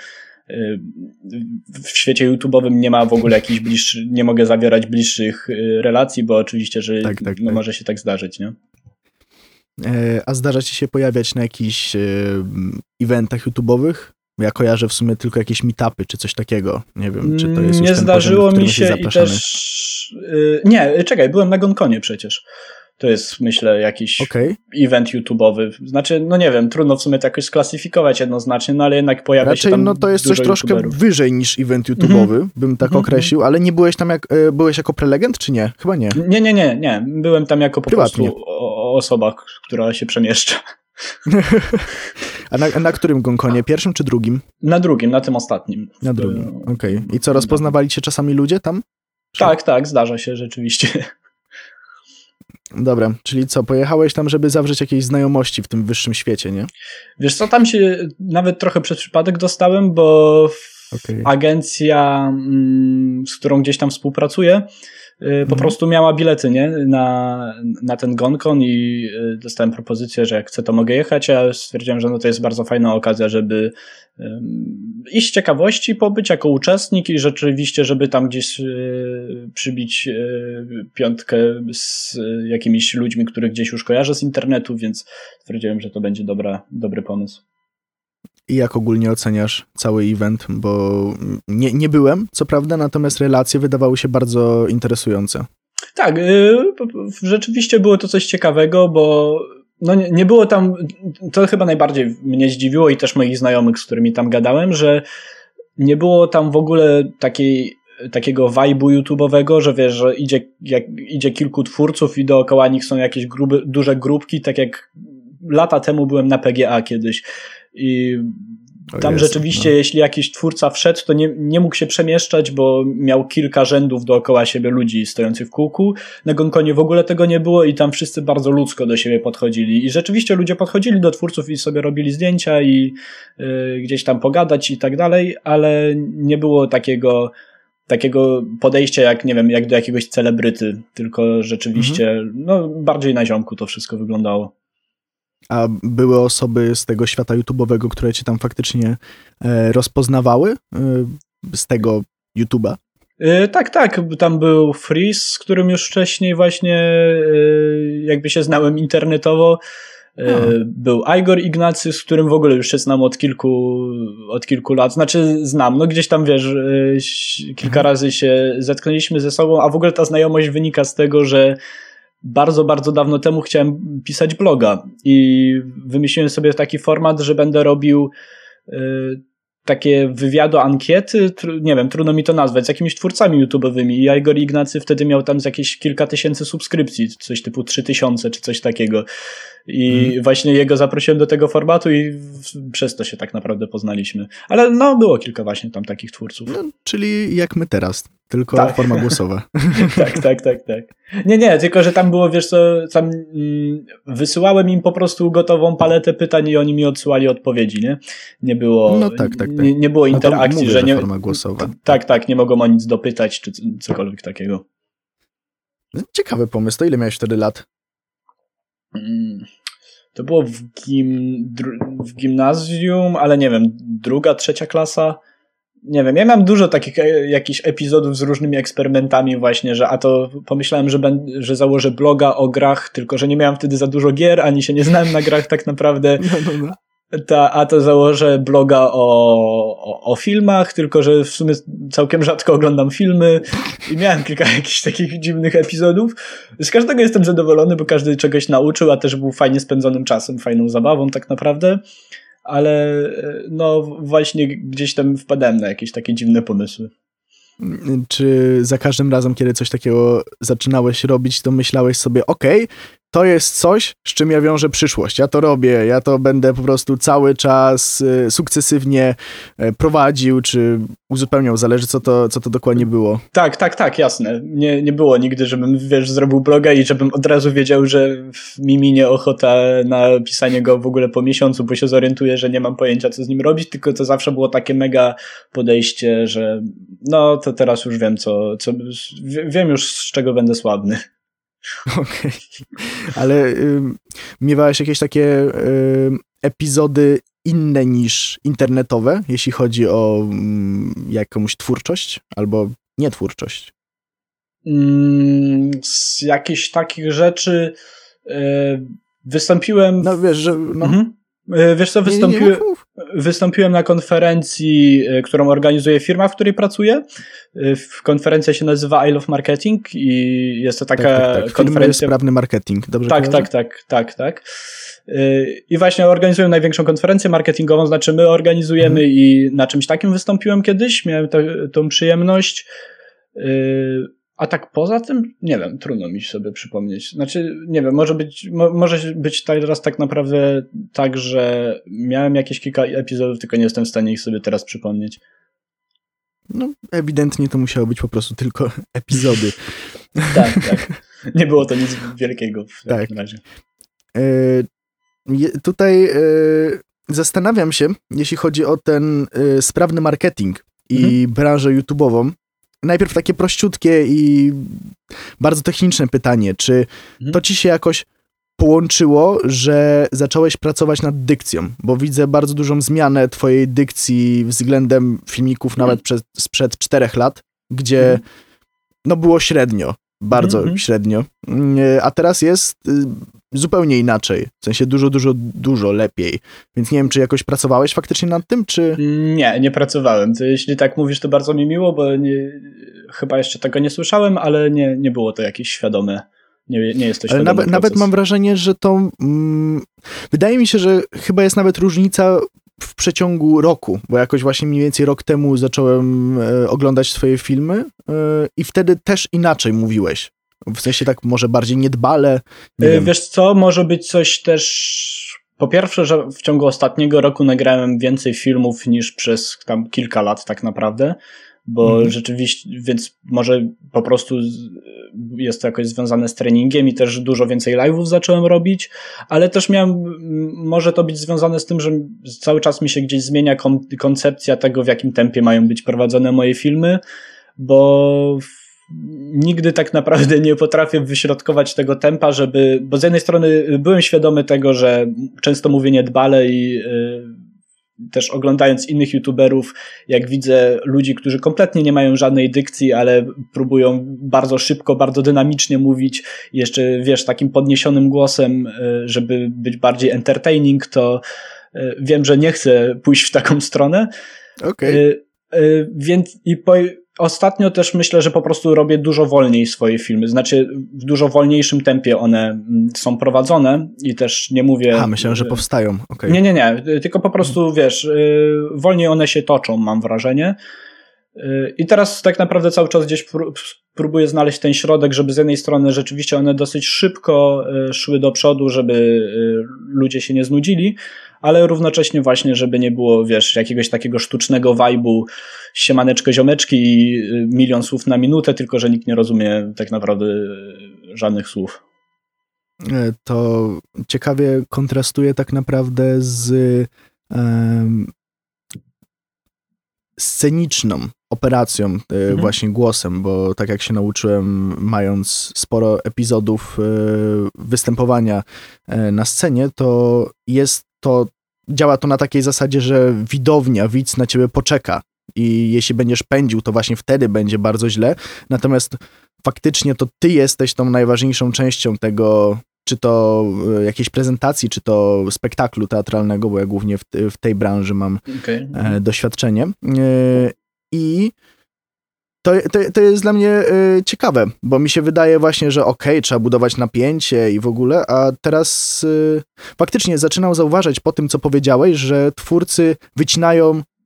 w świecie YouTube'owym nie ma w ogóle jakichś nie mogę zawierać bliższych relacji, bo oczywiście, że może się tak zdarzyć, nie? A zdarza ci się pojawiać na jakichś eventach YouTube'owych? Ja kojarzę w sumie tylko jakieś meetupy czy coś takiego. Nie wiem, czy to jest nie już ten zdarzyło poziom, mi się i też... Nie, czekaj, byłem na GonConie przecież. To jest, myślę, jakiś event YouTube'owy. Znaczy, no nie wiem, trudno w sumie to jakoś sklasyfikować jednoznacznie, no ale jednak pojawia się tam no to jest coś troszkę YouTuberów. wyżej niż event YouTube'owy, bym tak określił, ale nie byłeś tam byłeś jako prelegent, czy nie? Chyba nie. Nie. Byłem tam jako po Prywatnie. prostu osoba, która się przemieszcza. A na którym GonConie? Pierwszym czy drugim? Na drugim, na tym ostatnim. Na drugim, okej. I co, rozpoznawali cię czasami ludzie tam? Tak, zdarza się rzeczywiście. Dobra, czyli co, pojechałeś tam, żeby zawrzeć jakieś znajomości w tym wyższym świecie, nie? Wiesz co, tam się nawet trochę przez przypadek dostałem, bo agencja, z którą gdzieś tam współpracuję, po prostu miała bilety, nie? Na ten GonCon i dostałem propozycję, że jak chcę, to mogę jechać, a stwierdziłem, że no to jest bardzo fajna okazja, żeby iść z ciekawości, pobyć jako uczestnik i rzeczywiście, żeby tam gdzieś przybić piątkę z jakimiś ludźmi, których gdzieś już kojarzę z internetu, więc stwierdziłem, że to będzie dobry pomysł. I jak ogólnie oceniasz cały event? Bo nie byłem, co prawda, natomiast relacje wydawały się bardzo interesujące. Tak, rzeczywiście było to coś ciekawego, bo no nie było tam, to chyba najbardziej mnie zdziwiło i też moich znajomych, z którymi tam gadałem, że nie było tam w ogóle takiego vibe'u YouTube'owego, że wiesz, że idzie kilku twórców i dookoła nich są jakieś duże grupki, tak jak lata temu byłem na PGA kiedyś i tam rzeczywiście, jeśli jakiś twórca wszedł, to nie mógł się przemieszczać, bo miał kilka rzędów dookoła siebie ludzi stojących w kółku. Na GonConie w ogóle tego nie było i tam wszyscy bardzo ludzko do siebie podchodzili. I rzeczywiście ludzie podchodzili do twórców i sobie robili zdjęcia i gdzieś tam pogadać i tak dalej, ale nie było takiego podejścia jak, nie wiem, jak do jakiegoś celebryty, tylko rzeczywiście bardziej na ziomku to wszystko wyglądało. A były osoby z tego świata YouTube'owego, które cię tam faktycznie rozpoznawały z tego YouTube'a? Tak. Tam był Freeze, z którym już wcześniej właśnie jakby się znałem internetowo. Był Igor Ignacy, z którym w ogóle już się znam od kilku lat. Znaczy znam, no gdzieś tam wiesz, kilka razy się zetknęliśmy ze sobą, a w ogóle ta znajomość wynika z tego, że bardzo, bardzo dawno temu chciałem pisać bloga i wymyśliłem sobie taki format, że będę robił takie wywiady, ankiety, nie wiem, trudno mi to nazwać, z jakimiś twórcami YouTube'owymi i Igor Ignacy wtedy miał tam z jakieś kilka tysięcy subskrypcji, coś typu 3000 czy coś takiego i właśnie jego zaprosiłem do tego formatu i przez to się tak naprawdę poznaliśmy. Ale no, było kilka właśnie tam takich twórców. No, czyli jak my teraz, tylko forma głosowa. Tak. Nie, tylko że tam było, wiesz co, tam wysyłałem im po prostu gotową paletę pytań i oni mi odsyłali odpowiedzi, nie? Nie było, nie było interakcji, mówię, że nie... forma głosowa. Tak, nie mogą o nic dopytać, czy cokolwiek takiego. Ciekawy pomysł, to ile miałeś wtedy lat? To było w gimnazjum, ale nie wiem, 2., 3. klasa. Nie wiem, ja miałem dużo takich jakichś epizodów z różnymi eksperymentami właśnie, że a to pomyślałem, że założę bloga o grach, tylko że nie miałem wtedy za dużo gier, ani się nie znałem na grach tak naprawdę. No. A to założę bloga o filmach, tylko że w sumie całkiem rzadko oglądam filmy i miałem kilka jakichś takich dziwnych epizodów. Z każdego jestem zadowolony, bo każdy czegoś nauczył, a też był fajnie spędzonym czasem, fajną zabawą tak naprawdę. Ale no właśnie gdzieś tam wpadałem na jakieś takie dziwne pomysły. Czy za każdym razem, kiedy coś takiego zaczynałeś robić, to myślałeś sobie, okej, to jest coś, z czym ja wiążę przyszłość. Ja to robię, ja to będę po prostu cały czas sukcesywnie prowadził, czy uzupełniał, zależy co to dokładnie było. Tak, jasne. Nie było nigdy, żebym, zrobił bloga i żebym od razu wiedział, że mi minie ochota na pisanie go w ogóle po miesiącu, bo się zorientuję, że nie mam pojęcia, co z nim robić, tylko to zawsze było takie mega podejście, że no to teraz już wiem, wiem już, z czego będę sławny. Okej. Ale miewałeś jakieś takie epizody inne niż internetowe, jeśli chodzi o jakąś twórczość albo nietwórczość? Z jakichś takich rzeczy wystąpiłem... No wiesz, że... No. Wiesz co, wystąpiłem na konferencji, którą organizuje firma, w której pracuję. Konferencja się nazywa I Love Marketing i jest to taka konferencja... Sprawny marketing, dobrze? Tak. I właśnie organizują największą konferencję marketingową, znaczy my organizujemy i na czymś takim wystąpiłem kiedyś, miałem tą przyjemność. A tak poza tym, nie wiem, trudno mi sobie przypomnieć. Znaczy, nie wiem, może być teraz tak naprawdę tak, że miałem jakieś kilka epizodów, tylko nie jestem w stanie ich sobie teraz przypomnieć. No, ewidentnie to musiało być po prostu tylko epizody. Tak. Nie było to nic wielkiego w takim razie. Tutaj zastanawiam się, jeśli chodzi o ten sprawny marketing i branżę YouTube'ową. Najpierw takie prościutkie i bardzo techniczne pytanie. Czy to ci się jakoś połączyło, że zacząłeś pracować nad dykcją? Bo widzę bardzo dużą zmianę twojej dykcji względem filmików nawet sprzed 4 lat, gdzie no było średnio, bardzo średnio, a teraz jest zupełnie inaczej. W sensie dużo lepiej. Więc nie wiem, czy jakoś pracowałeś faktycznie nad tym, czy... Nie pracowałem. To jeśli tak mówisz, to bardzo mi miło, bo chyba jeszcze tego nie słyszałem, ale nie było to jakieś świadome. Nie jest to świadomy proces. Nawet mam wrażenie, że to... wydaje mi się, że chyba jest nawet różnica w przeciągu roku, bo jakoś właśnie mniej więcej rok temu zacząłem oglądać twoje filmy i wtedy też inaczej mówiłeś. W sensie tak może bardziej niedbale. Wiesz co, może być coś też... Po pierwsze, że w ciągu ostatniego roku nagrałem więcej filmów niż przez tam kilka lat tak naprawdę, bo rzeczywiście, więc może po prostu jest to jakoś związane z treningiem i też dużo więcej live'ów zacząłem robić, ale też może to być związane z tym, że cały czas mi się gdzieś zmienia koncepcja tego, w jakim tempie mają być prowadzone moje filmy, bo nigdy tak naprawdę nie potrafię wyśrodkować tego tempa, bo z jednej strony byłem świadomy tego, że często mówię niedbale i też oglądając innych youtuberów, jak widzę ludzi, którzy kompletnie nie mają żadnej dykcji, ale próbują bardzo szybko, bardzo dynamicznie mówić, jeszcze wiesz, takim podniesionym głosem, żeby być bardziej entertaining, to wiem, że nie chcę pójść w taką stronę. Okej. Więc ostatnio też myślę, że po prostu robię dużo wolniej swoje filmy, znaczy w dużo wolniejszym tempie one są prowadzone i też nie mówię... Myślałem, że powstają. Okay. Nie, tylko po prostu wiesz, wolniej one się toczą, mam wrażenie. I teraz tak naprawdę cały czas gdzieś próbuję znaleźć ten środek, żeby z jednej strony rzeczywiście one dosyć szybko szły do przodu, żeby ludzie się nie znudzili, ale równocześnie właśnie, żeby nie było, wiesz, jakiegoś takiego sztucznego vibe'u siemaneczko ziomeczki i 1 milion słów na minutę, tylko że nikt nie rozumie tak naprawdę żadnych słów. To ciekawie kontrastuje tak naprawdę z sceniczną operacją, właśnie głosem, bo tak jak się nauczyłem, mając sporo epizodów występowania na scenie, to działa to na takiej zasadzie, że widz na ciebie poczeka i jeśli będziesz pędził, to właśnie wtedy będzie bardzo źle, natomiast faktycznie to ty jesteś tą najważniejszą częścią tego, czy to jakiejś prezentacji, czy to spektaklu teatralnego, bo ja głównie w tej branży mam doświadczenie. I to jest dla mnie ciekawe, bo mi się wydaje właśnie, że trzeba budować napięcie i w ogóle, a teraz faktycznie zaczynam zauważać po tym, co powiedziałeś, że twórcy wycinają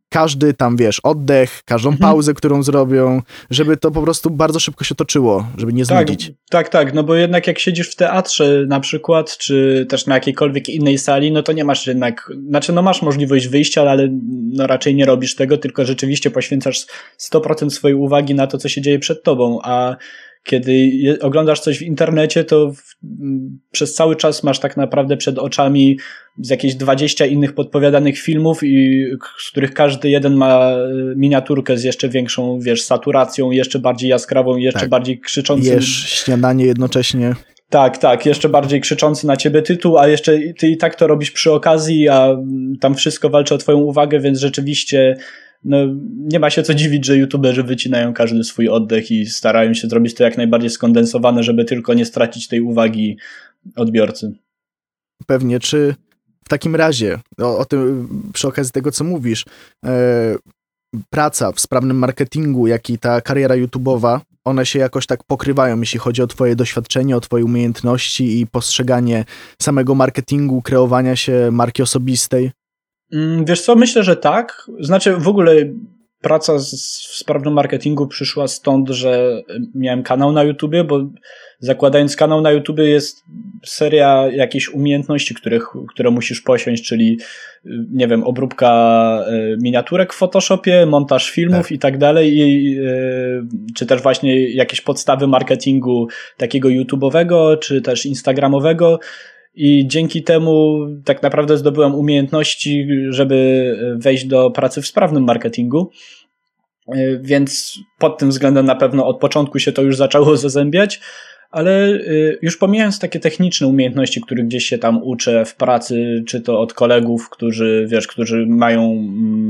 każdy tam, wiesz, oddech, każdą pauzę, którą zrobią, żeby to po prostu bardzo szybko się toczyło, żeby nie znudzić. Tak, no bo jednak jak siedzisz w teatrze na przykład, czy też na jakiejkolwiek innej sali, no to nie masz jednak, znaczy no masz możliwość wyjścia, ale no raczej nie robisz tego, tylko rzeczywiście poświęcasz 100% swojej uwagi na to, co się dzieje przed tobą, a kiedy oglądasz coś w internecie, to przez cały czas masz tak naprawdę przed oczami z jakieś 20 innych podpowiadanych filmów, z których każdy jeden ma miniaturkę z jeszcze większą, wiesz, saturacją, jeszcze bardziej jaskrawą, jeszcze bardziej krzyczącym. Jesz śniadanie jednocześnie. Tak, jeszcze bardziej krzyczący na ciebie tytuł, a jeszcze ty i tak to robisz przy okazji, a tam wszystko walczy o twoją uwagę, więc rzeczywiście no, nie ma się co dziwić, że youtuberzy wycinają każdy swój oddech i starają się zrobić to jak najbardziej skondensowane, żeby tylko nie stracić tej uwagi odbiorcy. Pewnie, czy w takim razie, o tym przy okazji tego, co mówisz, praca w sprawnym marketingu, jak i ta kariera YouTube'owa, one się jakoś tak pokrywają, jeśli chodzi o twoje doświadczenie, o twoje umiejętności i postrzeganie samego marketingu, kreowania się marki osobistej? Wiesz co, myślę, że tak. Znaczy w ogóle praca w sprawnym marketingu przyszła stąd, że miałem kanał na YouTubie, bo zakładając kanał na YouTubie jest seria jakichś umiejętności, które musisz posiąść, czyli nie wiem, obróbka miniaturek w Photoshopie, montaż filmów i tak dalej, czy też właśnie jakieś podstawy marketingu takiego YouTube'owego, czy też instagramowego. I dzięki temu tak naprawdę zdobyłem umiejętności, żeby wejść do pracy w sprawnym marketingu. Więc pod tym względem na pewno od początku się to już zaczęło zazębiać, ale już pomijając takie techniczne umiejętności, których gdzieś się tam uczę w pracy, czy to od kolegów, którzy mają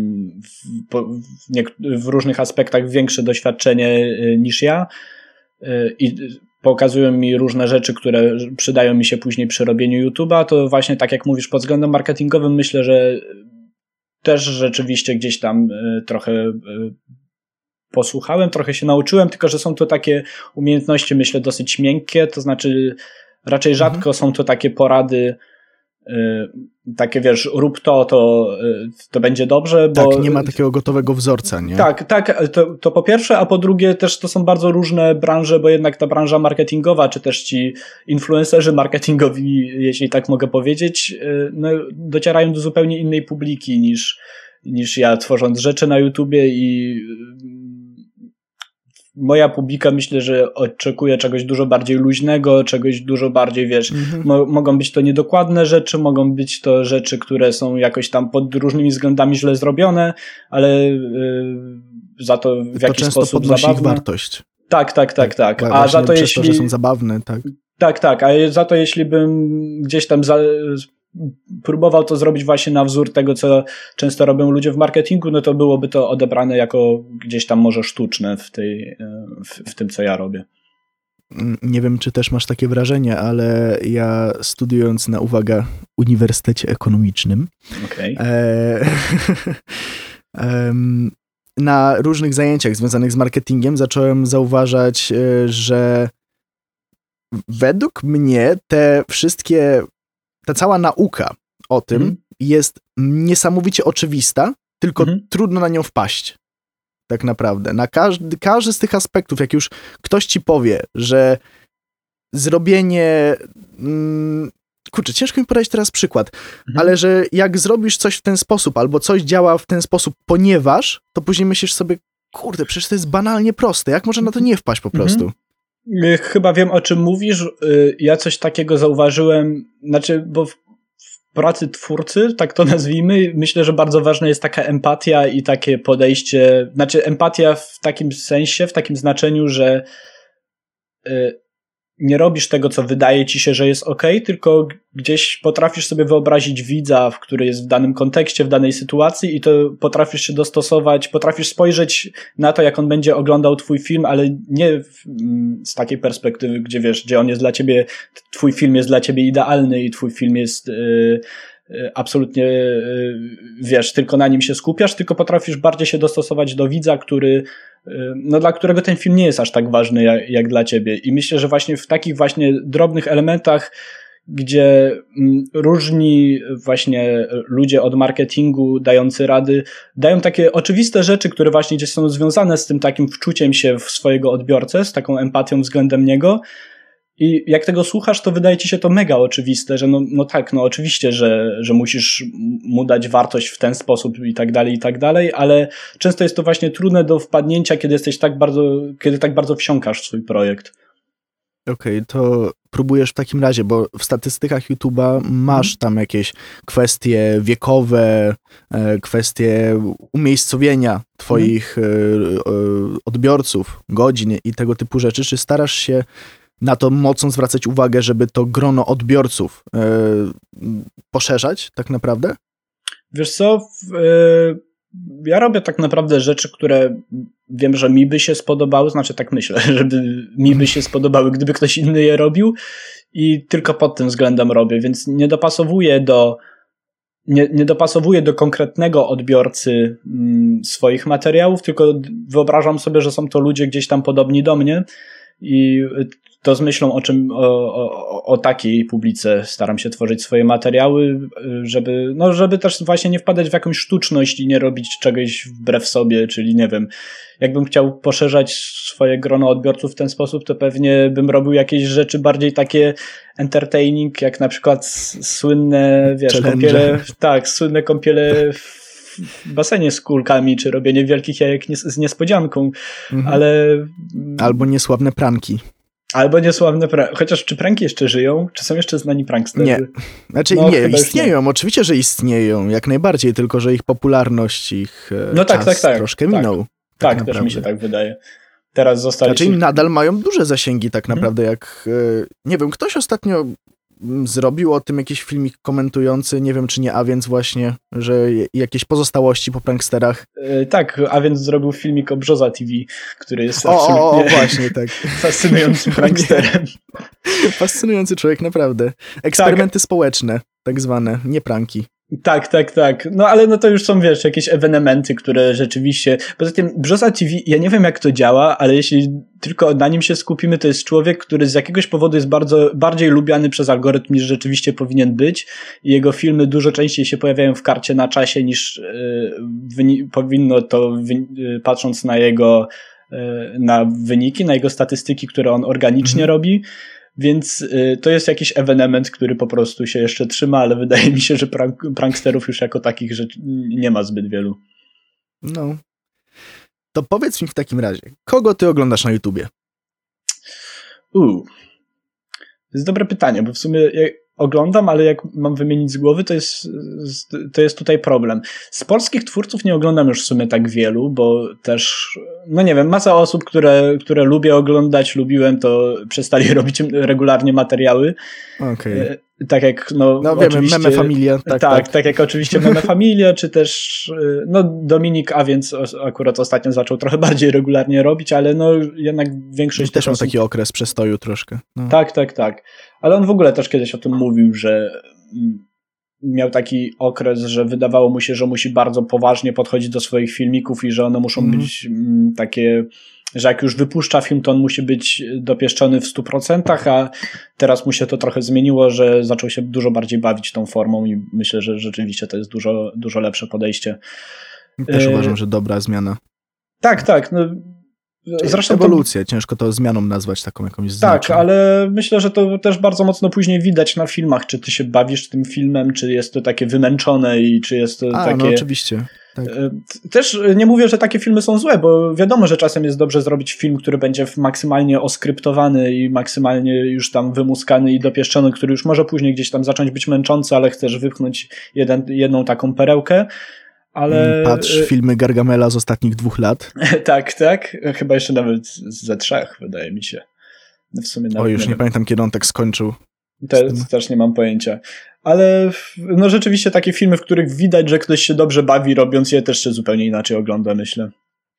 w różnych aspektach większe doświadczenie niż ja i pokazują mi różne rzeczy, które przydają mi się później przy robieniu YouTube'a, to właśnie tak jak mówisz, pod względem marketingowym myślę, że też rzeczywiście gdzieś tam trochę posłuchałem, trochę się nauczyłem, tylko że są to takie umiejętności, myślę, dosyć miękkie, to znaczy raczej rzadko są to takie porady, takie wiesz, rób to będzie dobrze. Bo tak, nie ma takiego gotowego wzorca, nie? Tak, to po pierwsze, a po drugie też to są bardzo różne branże, bo jednak ta branża marketingowa, czy też ci influencerzy marketingowi, jeśli tak mogę powiedzieć, no, docierają do zupełnie innej publiki niż ja, tworząc rzeczy na YouTubie i moja publika myślę, że oczekuje czegoś dużo bardziej luźnego, czegoś dużo bardziej, wiesz, mogą być to niedokładne rzeczy, mogą być to rzeczy, które są jakoś tam pod różnymi względami źle zrobione, ale za to w jakiś sposób zabawne. Ich wartość. Tak. A za to jeśli... to, że są zabawne, tak. Tak, a za to jeśli bym gdzieś tam próbował to zrobić właśnie na wzór tego, co często robią ludzie w marketingu, no to byłoby to odebrane jako gdzieś tam może sztuczne w tym, co ja robię. Nie wiem, czy też masz takie wrażenie, ale ja studiując na, uwaga, Uniwersytecie Ekonomicznym, na różnych zajęciach związanych z marketingiem zacząłem zauważać, że według mnie ta cała nauka o tym jest niesamowicie oczywista, tylko trudno na nią wpaść. Tak naprawdę. Na każdy z tych aspektów, jak już ktoś ci powie, że zrobienie... Kurczę, ciężko mi podać teraz przykład, ale że jak zrobisz coś w ten sposób, albo coś działa w ten sposób, ponieważ, to później myślisz sobie, kurde, przecież to jest banalnie proste, jak można na to nie wpaść po prostu? Chyba wiem, o czym mówisz. Ja coś takiego zauważyłem, bo w pracy twórcy, tak to nazwijmy, myślę, że bardzo ważna jest taka empatia i takie podejście, empatia w takim sensie, w takim znaczeniu, że nie robisz tego, co wydaje ci się, że jest okej, tylko gdzieś potrafisz sobie wyobrazić widza, który jest w danym kontekście, w danej sytuacji i to potrafisz się dostosować, potrafisz spojrzeć na to, jak on będzie oglądał twój film, ale nie z takiej perspektywy, gdzie wiesz, gdzie on jest dla ciebie, twój film jest dla ciebie idealny i twój film jest absolutnie, wiesz, tylko na nim się skupiasz, tylko potrafisz bardziej się dostosować do widza, dla którego ten film nie jest aż tak ważny jak dla ciebie. I myślę, że właśnie w takich właśnie drobnych elementach, gdzie różni właśnie ludzie od marketingu dający rady, dają takie oczywiste rzeczy, które właśnie gdzieś są związane z tym takim wczuciem się w swojego odbiorcę, z taką empatią względem niego. I jak tego słuchasz, to wydaje ci się to mega oczywiste, że no tak, no oczywiście, że musisz mu dać wartość w ten sposób i tak dalej, ale często jest to właśnie trudne do wpadnięcia, kiedy tak bardzo wsiąkasz w swój projekt. Okej, to próbujesz w takim razie, bo w statystykach YouTube'a masz tam jakieś kwestie wiekowe, kwestie umiejscowienia twoich odbiorców, godzin i tego typu rzeczy. Czy starasz się na to mocno zwracać uwagę, żeby to grono odbiorców poszerzać tak naprawdę? Wiesz co, ja robię tak naprawdę rzeczy, które wiem, że mi by się spodobały, znaczy tak myślę, żeby mi by się spodobały, gdyby ktoś inny je robił i tylko pod tym względem robię, więc nie dopasowuję do konkretnego odbiorcy swoich materiałów, tylko wyobrażam sobie, że są to ludzie gdzieś tam podobni do mnie i to z myślą o takiej publice staram się tworzyć swoje materiały, żeby też właśnie nie wpadać w jakąś sztuczność i nie robić czegoś wbrew sobie, czyli nie wiem, jakbym chciał poszerzać swoje grono odbiorców w ten sposób, to pewnie bym robił jakieś rzeczy bardziej takie entertaining, jak na przykład słynne, słynne kąpiele w basenie z kulkami, czy robienie wielkich jajek z niespodzianką, ale... Albo niesławne pranki. Chociaż czy pranki jeszcze żyją? Czy są jeszcze znani pranksterzy? Nie. Znaczy nie, istnieją. Nie. Oczywiście, że istnieją. Jak najbardziej, tylko że ich popularność, ich czas troszkę minął. Tak, też mi się tak wydaje. Teraz zostali... Znaczy nadal mają duże zasięgi tak naprawdę, jak... Nie wiem, ktoś ostatnio zrobił o tym jakiś filmik komentujący, nie wiem czy nie, a więc właśnie, że jakieś pozostałości po pranksterach. Tak, a więc zrobił filmik o Brzoza TV, który jest absolutnie właśnie, tak. fascynującym pranksterem. Fascynujący człowiek, naprawdę. Eksperymenty społeczne, tak zwane, nie pranki. Tak. No ale to już są, wiesz, jakieś ewenementy, które rzeczywiście... Poza tym Brzoza TV, ja nie wiem jak to działa, ale jeśli tylko na nim się skupimy, to jest człowiek, który z jakiegoś powodu jest bardziej lubiany przez algorytm niż rzeczywiście powinien być i jego filmy dużo częściej się pojawiają w karcie na czasie niż powinno to, patrząc na jego na wyniki, na jego statystyki, które on organicznie robi. Więc to jest jakiś ewenement, który po prostu się jeszcze trzyma, ale wydaje mi się, że pranksterów już jako takich że nie ma zbyt wielu. No. To powiedz mi w takim razie, kogo ty oglądasz na YouTubie? To jest dobre pytanie, bo w sumie oglądam, ale jak mam wymienić z głowy, to jest tutaj problem. Z polskich twórców nie oglądam już w sumie tak wielu, bo też, no nie wiem, masa osób, które lubię oglądać, lubiłem, to przestali robić regularnie materiały. Okej. Tak jak, wiemy, Meme Familia. Tak jak oczywiście Meme Familia, czy też, Dominik, a więc akurat ostatnio zaczął trochę bardziej regularnie robić, ale jednak większość też miał taki okres przestoju troszkę. No. Tak. Ale on w ogóle też kiedyś o tym mówił, że miał taki okres, że wydawało mu się, że musi bardzo poważnie podchodzić do swoich filmików i że one muszą być takie, że jak już wypuszcza film, to on musi być dopieszczony w 100%, a teraz mu się to trochę zmieniło, że zaczął się dużo bardziej bawić tą formą i myślę, że rzeczywiście to jest dużo, dużo lepsze podejście. Też uważam, że dobra zmiana. Tak. Zresztą ewolucja, ciężko to zmianą nazwać taką jakąś znaczą. Tak, ale myślę, że to też bardzo mocno później widać na filmach, czy ty się bawisz tym filmem, czy jest to takie wymęczone i czy jest to takie... no oczywiście. Tak. Też nie mówię, że takie filmy są złe, bo wiadomo, że czasem jest dobrze zrobić film, który będzie maksymalnie oskryptowany i maksymalnie już tam wymuskany i dopieszczony, który już może później gdzieś tam zacząć być męczący, ale chcesz wypchnąć jedną taką perełkę. Ale... Patrz filmy Gargamela z ostatnich 2 lat. Tak. Chyba jeszcze nawet ze 3, wydaje mi się. W sumie nawet już nie pamiętam, kiedy on tak skończył. Też nie mam pojęcia. Ale rzeczywiście takie filmy, w których widać, że ktoś się dobrze bawi robiąc je, też się zupełnie inaczej ogląda, myślę.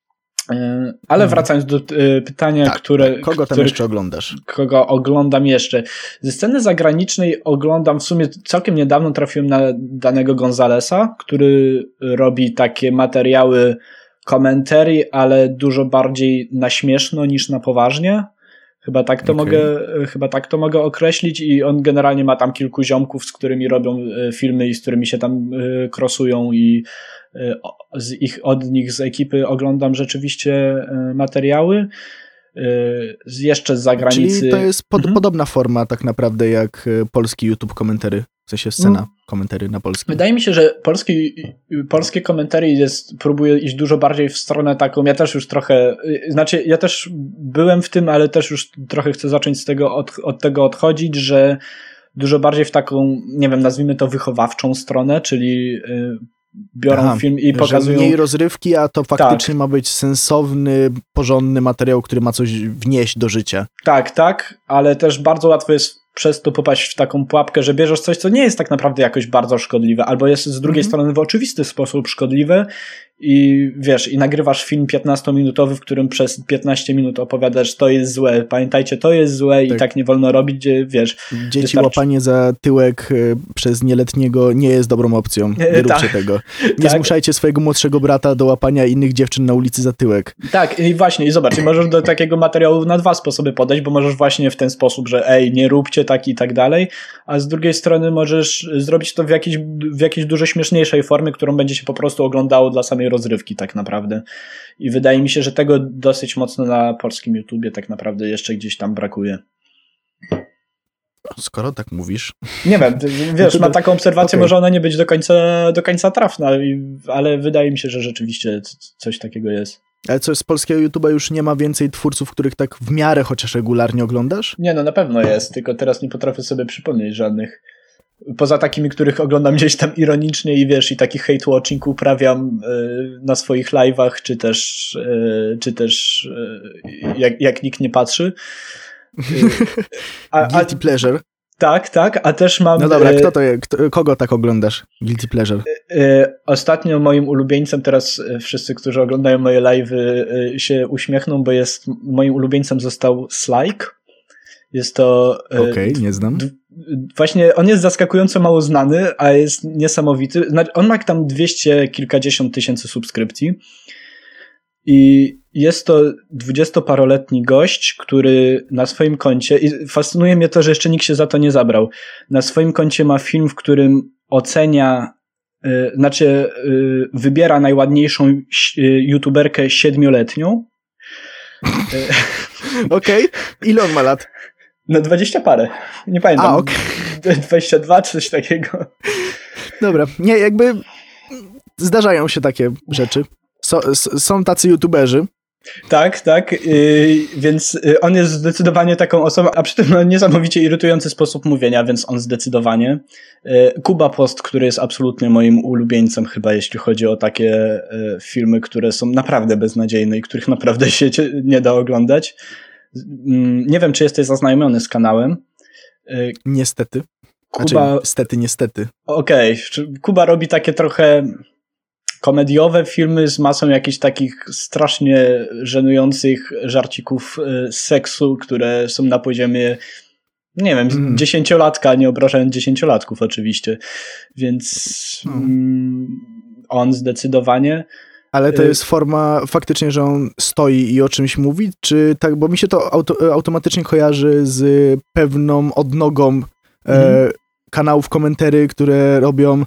Ale wracając do pytania, kogo tam jeszcze oglądasz? Kogo oglądam jeszcze? Ze sceny zagranicznej oglądam, w sumie całkiem niedawno trafiłem na danego Gonzalesa, który robi takie materiały commentary, ale dużo bardziej na śmieszno niż na poważnie. Chyba tak to mogę określić i on generalnie ma tam kilku ziomków, z którymi robią filmy i z którymi się tam crossują i od nich z ekipy oglądam rzeczywiście materiały. Jeszcze z zagranicy. Czyli to jest podobna forma tak naprawdę jak polski YouTube komentary, w sensie scena komentary na polskim. Wydaje mi się, że polskie komentary próbuje iść dużo bardziej w stronę taką, ja też byłem w tym, ale też już trochę chcę zacząć od tego odchodzić, że dużo bardziej w taką, nie wiem, nazwijmy to wychowawczą stronę, czyli biorą film i pokazują... mniej rozrywki, a to faktycznie ma być sensowny, porządny materiał, który ma coś wnieść do życia. Tak, ale też bardzo łatwo jest przez to popaść w taką pułapkę, że bierzesz coś, co nie jest tak naprawdę jakoś bardzo szkodliwe, albo jest z drugiej strony w oczywisty sposób szkodliwe i wiesz, i nagrywasz film 15-minutowy, w którym przez 15 minut opowiadasz, to jest złe, pamiętajcie, to jest złe i tak nie wolno robić, gdzie wiesz... Dzieci łapanie za tyłek przez nieletniego nie jest dobrą opcją. Nie róbcie tego. Nie zmuszajcie swojego młodszego brata do łapania innych dziewczyn na ulicy za tyłek. Tak, i właśnie, i zobacz, możesz do takiego materiału na dwa sposoby podejść, bo możesz właśnie w ten sposób, że nie róbcie tak i tak dalej, a z drugiej strony możesz zrobić to w jakiejś dużo śmieszniejszej formie, którą będzie się po prostu oglądało dla samej rozrywki tak naprawdę. I wydaje mi się, że tego dosyć mocno na polskim YouTubie tak naprawdę jeszcze gdzieś tam brakuje. Skoro tak mówisz. Nie wiem, wiesz, mam taką obserwację, może ona nie być do końca trafna, ale wydaje mi się, że rzeczywiście coś takiego jest. Ale co, z polskiego YouTube'a już nie ma więcej twórców, których tak w miarę chociaż regularnie oglądasz? Nie, no na pewno jest, tylko teraz nie potrafię sobie przypomnieć żadnych. Poza takimi, których oglądam gdzieś tam ironicznie i wiesz, i taki hate-watching uprawiam na swoich live'ach, czy też jak nikt nie patrzy. Guilty pleasure. Tak, a też mam... No dobra, kogo tak oglądasz? Guilty pleasure. Ostatnio moim ulubieńcem, teraz wszyscy, którzy oglądają moje live'y się uśmiechną, bo moim ulubieńcem został Slyke. Jest to... Okej, nie znam. Właśnie on jest zaskakująco mało znany, a jest niesamowity. On ma tam 200 kilkadziesiąt tysięcy subskrypcji i jest to 20-paroletni gość, który na swoim koncie, i fascynuje mnie to, że jeszcze nikt się za to nie zabrał, na swoim koncie ma film, w którym ocenia, wybiera najładniejszą youtuberkę 7-letnią. Okej. Ile on ma lat? No 20 parę. Nie pamiętam. 22 czy coś takiego. Dobra. Nie, jakby zdarzają się takie rzeczy. Są tacy youtuberzy. Tak. Więc on jest zdecydowanie taką osobą, a przy tym niesamowicie irytujący sposób mówienia, więc on zdecydowanie. Kuba Post, który jest absolutnie moim ulubieńcem chyba, jeśli chodzi o takie filmy, które są naprawdę beznadziejne i których naprawdę się nie da oglądać. Nie wiem, czy jesteś zaznajomiony z kanałem. Niestety. Niestety. Okej. Kuba robi takie trochę komediowe filmy z masą jakichś takich strasznie żenujących żarcików z seksu, które są na poziomie, nie wiem, 10-latka, nie obrażając 10-latków oczywiście. Więc on zdecydowanie... Ale to jest forma faktycznie, że on stoi i o czymś mówi, czy tak, bo mi się to automatycznie kojarzy z pewną odnogą kanałów komentary, które robią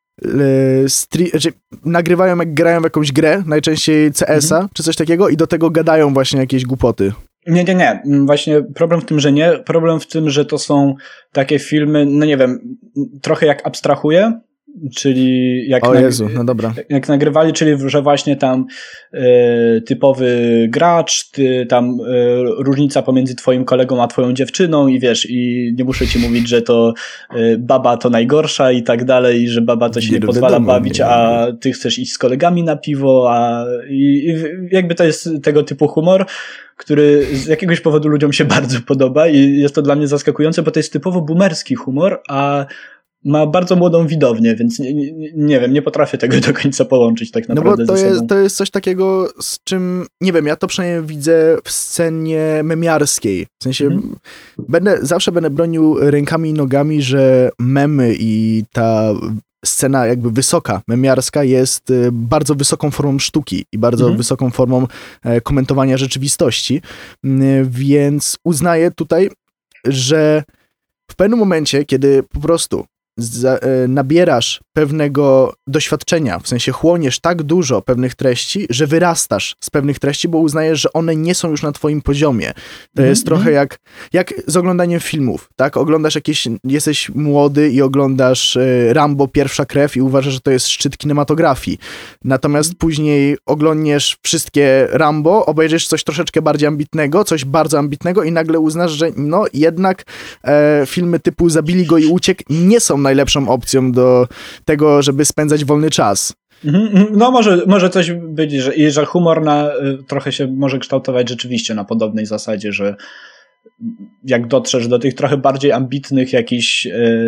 nagrywają jak grają w jakąś grę, najczęściej CS-a, czy coś takiego i do tego gadają właśnie jakieś głupoty. Nie. Właśnie problem w tym, że nie. Problem w tym, że to są takie filmy, no nie wiem, trochę jak abstrahuję, czyli no dobra. Jak nagrywali, czyli że właśnie tam typowy gracz, tam różnica pomiędzy twoim kolegą a twoją dziewczyną i wiesz, i nie muszę ci mówić, że to baba to najgorsza i tak dalej, że baba to się nie pozwala bawić, a ty chcesz iść z kolegami na piwo, i jakby to jest tego typu humor, który z jakiegoś powodu ludziom się bardzo podoba i jest to dla mnie zaskakujące, bo to jest typowo boomerski humor, a ma bardzo młodą widownię, więc nie wiem, nie potrafię tego do końca połączyć tak naprawdę ze sobą. To jest coś takiego, z czym, nie wiem, ja to przynajmniej widzę w scenie memiarskiej. W sensie zawsze będę bronił rękami i nogami, że memy i ta scena jakby wysoka, memiarska jest bardzo wysoką formą sztuki i bardzo wysoką formą komentowania rzeczywistości, więc uznaję tutaj, że w pewnym momencie, kiedy po prostu nabierasz pewnego doświadczenia, w sensie chłoniesz tak dużo pewnych treści, że wyrastasz z pewnych treści, bo uznajesz, że one nie są już na twoim poziomie. To jest trochę jak z oglądaniem filmów, tak? Oglądasz jesteś młody i oglądasz Rambo Pierwsza krew i uważasz, że to jest szczyt kinematografii. Natomiast później oglądniesz wszystkie Rambo, obejrzysz coś troszeczkę bardziej ambitnego, coś bardzo ambitnego i nagle uznasz, że no jednak filmy typu Zabili go i uciekł nie są najlepszą opcją do tego, żeby spędzać wolny czas. No może coś być, że humor trochę się może kształtować rzeczywiście na podobnej zasadzie, że jak dotrzesz do tych trochę bardziej ambitnych jakichś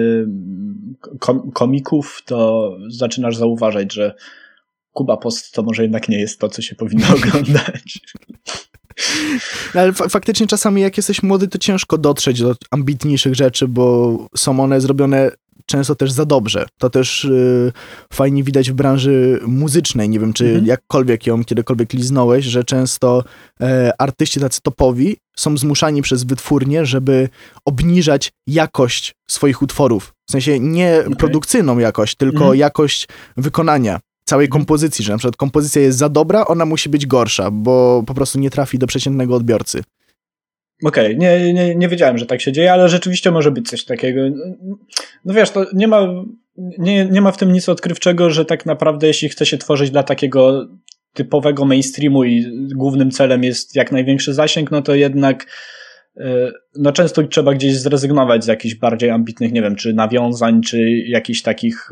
komików, to zaczynasz zauważać, że Kuba Post to może jednak nie jest to, co się powinno oglądać. No, ale faktycznie czasami jak jesteś młody, to ciężko dotrzeć do ambitniejszych rzeczy, bo są one zrobione często też za dobrze. To też fajnie widać w branży muzycznej. Nie wiem, czy jakkolwiek ją kiedykolwiek liznąłeś, że często artyści tacy topowi są zmuszani przez wytwórnię, żeby obniżać jakość swoich utworów. W sensie nie produkcyjną jakość, tylko jakość wykonania całej kompozycji, że na przykład kompozycja jest za dobra, ona musi być gorsza, bo po prostu nie trafi do przeciętnego odbiorcy. Okej, nie wiedziałem, że tak się dzieje, ale rzeczywiście może być coś takiego. No wiesz, to nie ma w tym nic odkrywczego, że tak naprawdę jeśli chce się tworzyć dla takiego typowego mainstreamu i głównym celem jest jak największy zasięg, no to jednak no często trzeba gdzieś zrezygnować z jakichś bardziej ambitnych, nie wiem, czy nawiązań, czy jakichś takich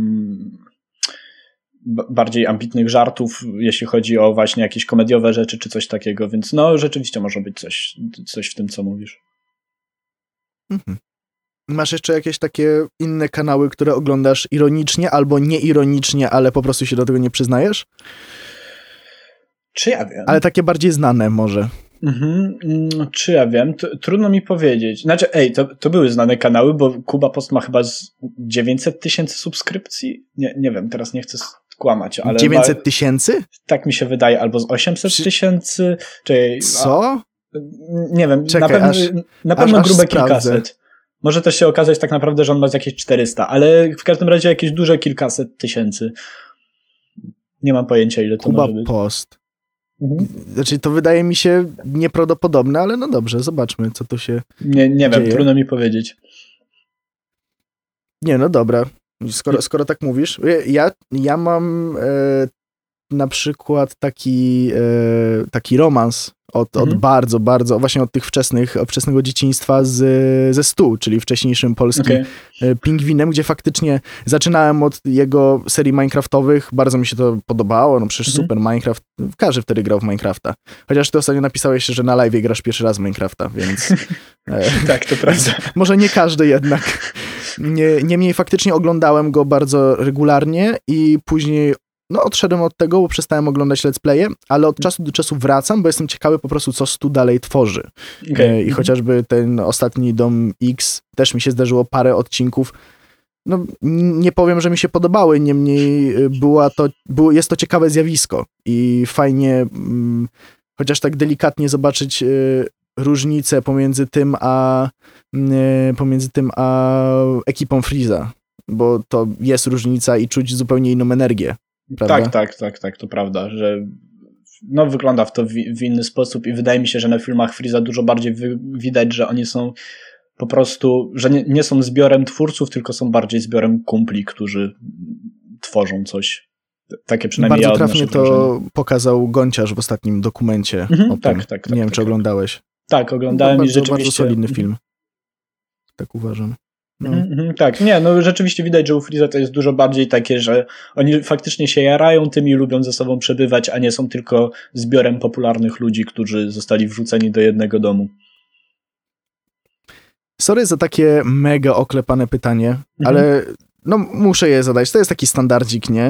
bardziej ambitnych żartów, jeśli chodzi o właśnie jakieś komediowe rzeczy, czy coś takiego, więc no rzeczywiście może być coś w tym, co mówisz. Masz jeszcze jakieś takie inne kanały, które oglądasz ironicznie albo nieironicznie, ale po prostu się do tego nie przyznajesz? Czy ja wiem? Ale takie bardziej znane może. Czy ja wiem? Trudno mi powiedzieć. Znaczy, to były znane kanały, bo Kuba Post ma chyba 900 000 subskrypcji? Nie wiem, teraz nie chcę skłamać, ale... 900 000? Tak mi się wydaje, albo z 800 000. Co? Nie wiem, czekaj, na pewno grube kilkaset. Może też się okazać tak naprawdę, że on ma jakieś 400, ale w każdym razie jakieś duże kilkaset tysięcy. Nie mam pojęcia, ile to Kuba może być. Post. Znaczy, to wydaje mi się nieprawdopodobne, ale no dobrze, zobaczmy, co tu się Nie wiem, trudno mi powiedzieć. Nie, no dobra. Skoro tak mówisz. Ja mam na przykład taki romans od bardzo, bardzo, właśnie od tych wczesnego dzieciństwa ze Stu, czyli wcześniejszym polskim Pingwinem, gdzie faktycznie zaczynałem od jego serii Minecraftowych, bardzo mi się to podobało, no przecież super Minecraft, każdy wtedy grał w Minecrafta. Chociaż ty ostatnio napisałeś, że na live'ie grasz pierwszy raz w Minecrafta, więc... Tak, to prawda. Może nie każdy jednak. Niemniej faktycznie oglądałem go bardzo regularnie i później odszedłem od tego, bo przestałem oglądać let's playe, ale od czasu do czasu wracam, bo jestem ciekawy po prostu, co Stu dalej tworzy. I chociażby ten ostatni Dom X, też mi się zdarzyło parę odcinków. No, nie powiem, że mi się podobały, niemniej jest to ciekawe zjawisko i fajnie chociaż tak delikatnie zobaczyć różnicę pomiędzy tym a ekipą Freeza, bo to jest różnica i czuć zupełnie inną energię. Prawda? Tak, to prawda, że wygląda w to w inny sposób i wydaje mi się, że na filmach Freeza dużo bardziej widać, że oni są po prostu, że nie są zbiorem twórców, tylko są bardziej zbiorem kumpli, którzy tworzą coś. Takie przynajmniej bardzo trafnie to pokazał Gonciarz w ostatnim dokumencie o tym. Tak. Nie wiem, czy oglądałeś. Tak, oglądałem i rzeczywiście... Bardzo solidny film. Tak uważam. Tak, rzeczywiście widać, że u Freeza to jest dużo bardziej takie, że oni faktycznie się jarają tym i lubią ze sobą przebywać, a nie są tylko zbiorem popularnych ludzi, którzy zostali wrzuceni do jednego domu. Sorry za takie mega oklepane pytanie, ale muszę je zadać. To jest taki standardzik, nie?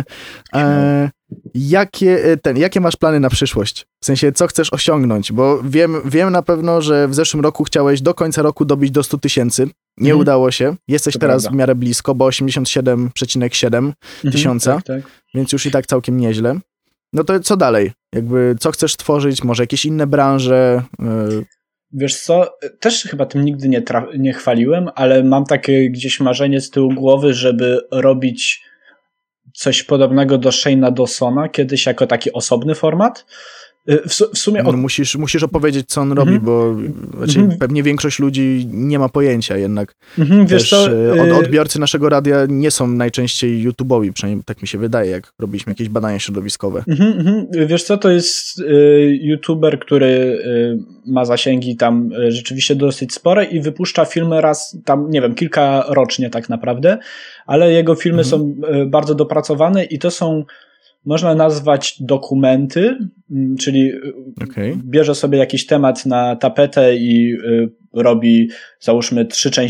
Jakie masz plany na przyszłość? W sensie, co chcesz osiągnąć? Bo wiem na pewno, że w zeszłym roku chciałeś do końca roku dobić do 100 000 Nie udało się. Jesteś To teraz prawda. w miarę blisko, bo 87,7 tysiąca, Tak. więc już i tak całkiem nieźle. No to co dalej? Jakby co chcesz tworzyć? Może jakieś inne branże? Wiesz co, też chyba tym nigdy nie chwaliłem, ale mam takie gdzieś marzenie z tyłu głowy, żeby robić coś podobnego do Shane'a Dawsona kiedyś jako taki osobny format. W sumie... No musisz opowiedzieć, co on robi, bo pewnie większość ludzi nie ma pojęcia jednak. Wiesz co, odbiorcy naszego radia nie są najczęściej YouTube'owi, przynajmniej tak mi się wydaje, jak robiliśmy jakieś badania środowiskowe. Wiesz co, to jest YouTuber, który ma zasięgi tam rzeczywiście dosyć spore i wypuszcza filmy raz tam, nie wiem, kilka rocznie tak naprawdę, ale jego filmy są bardzo dopracowane i to są, można nazwać, dokumenty, czyli bierze sobie jakiś temat na tapetę i robi, załóżmy,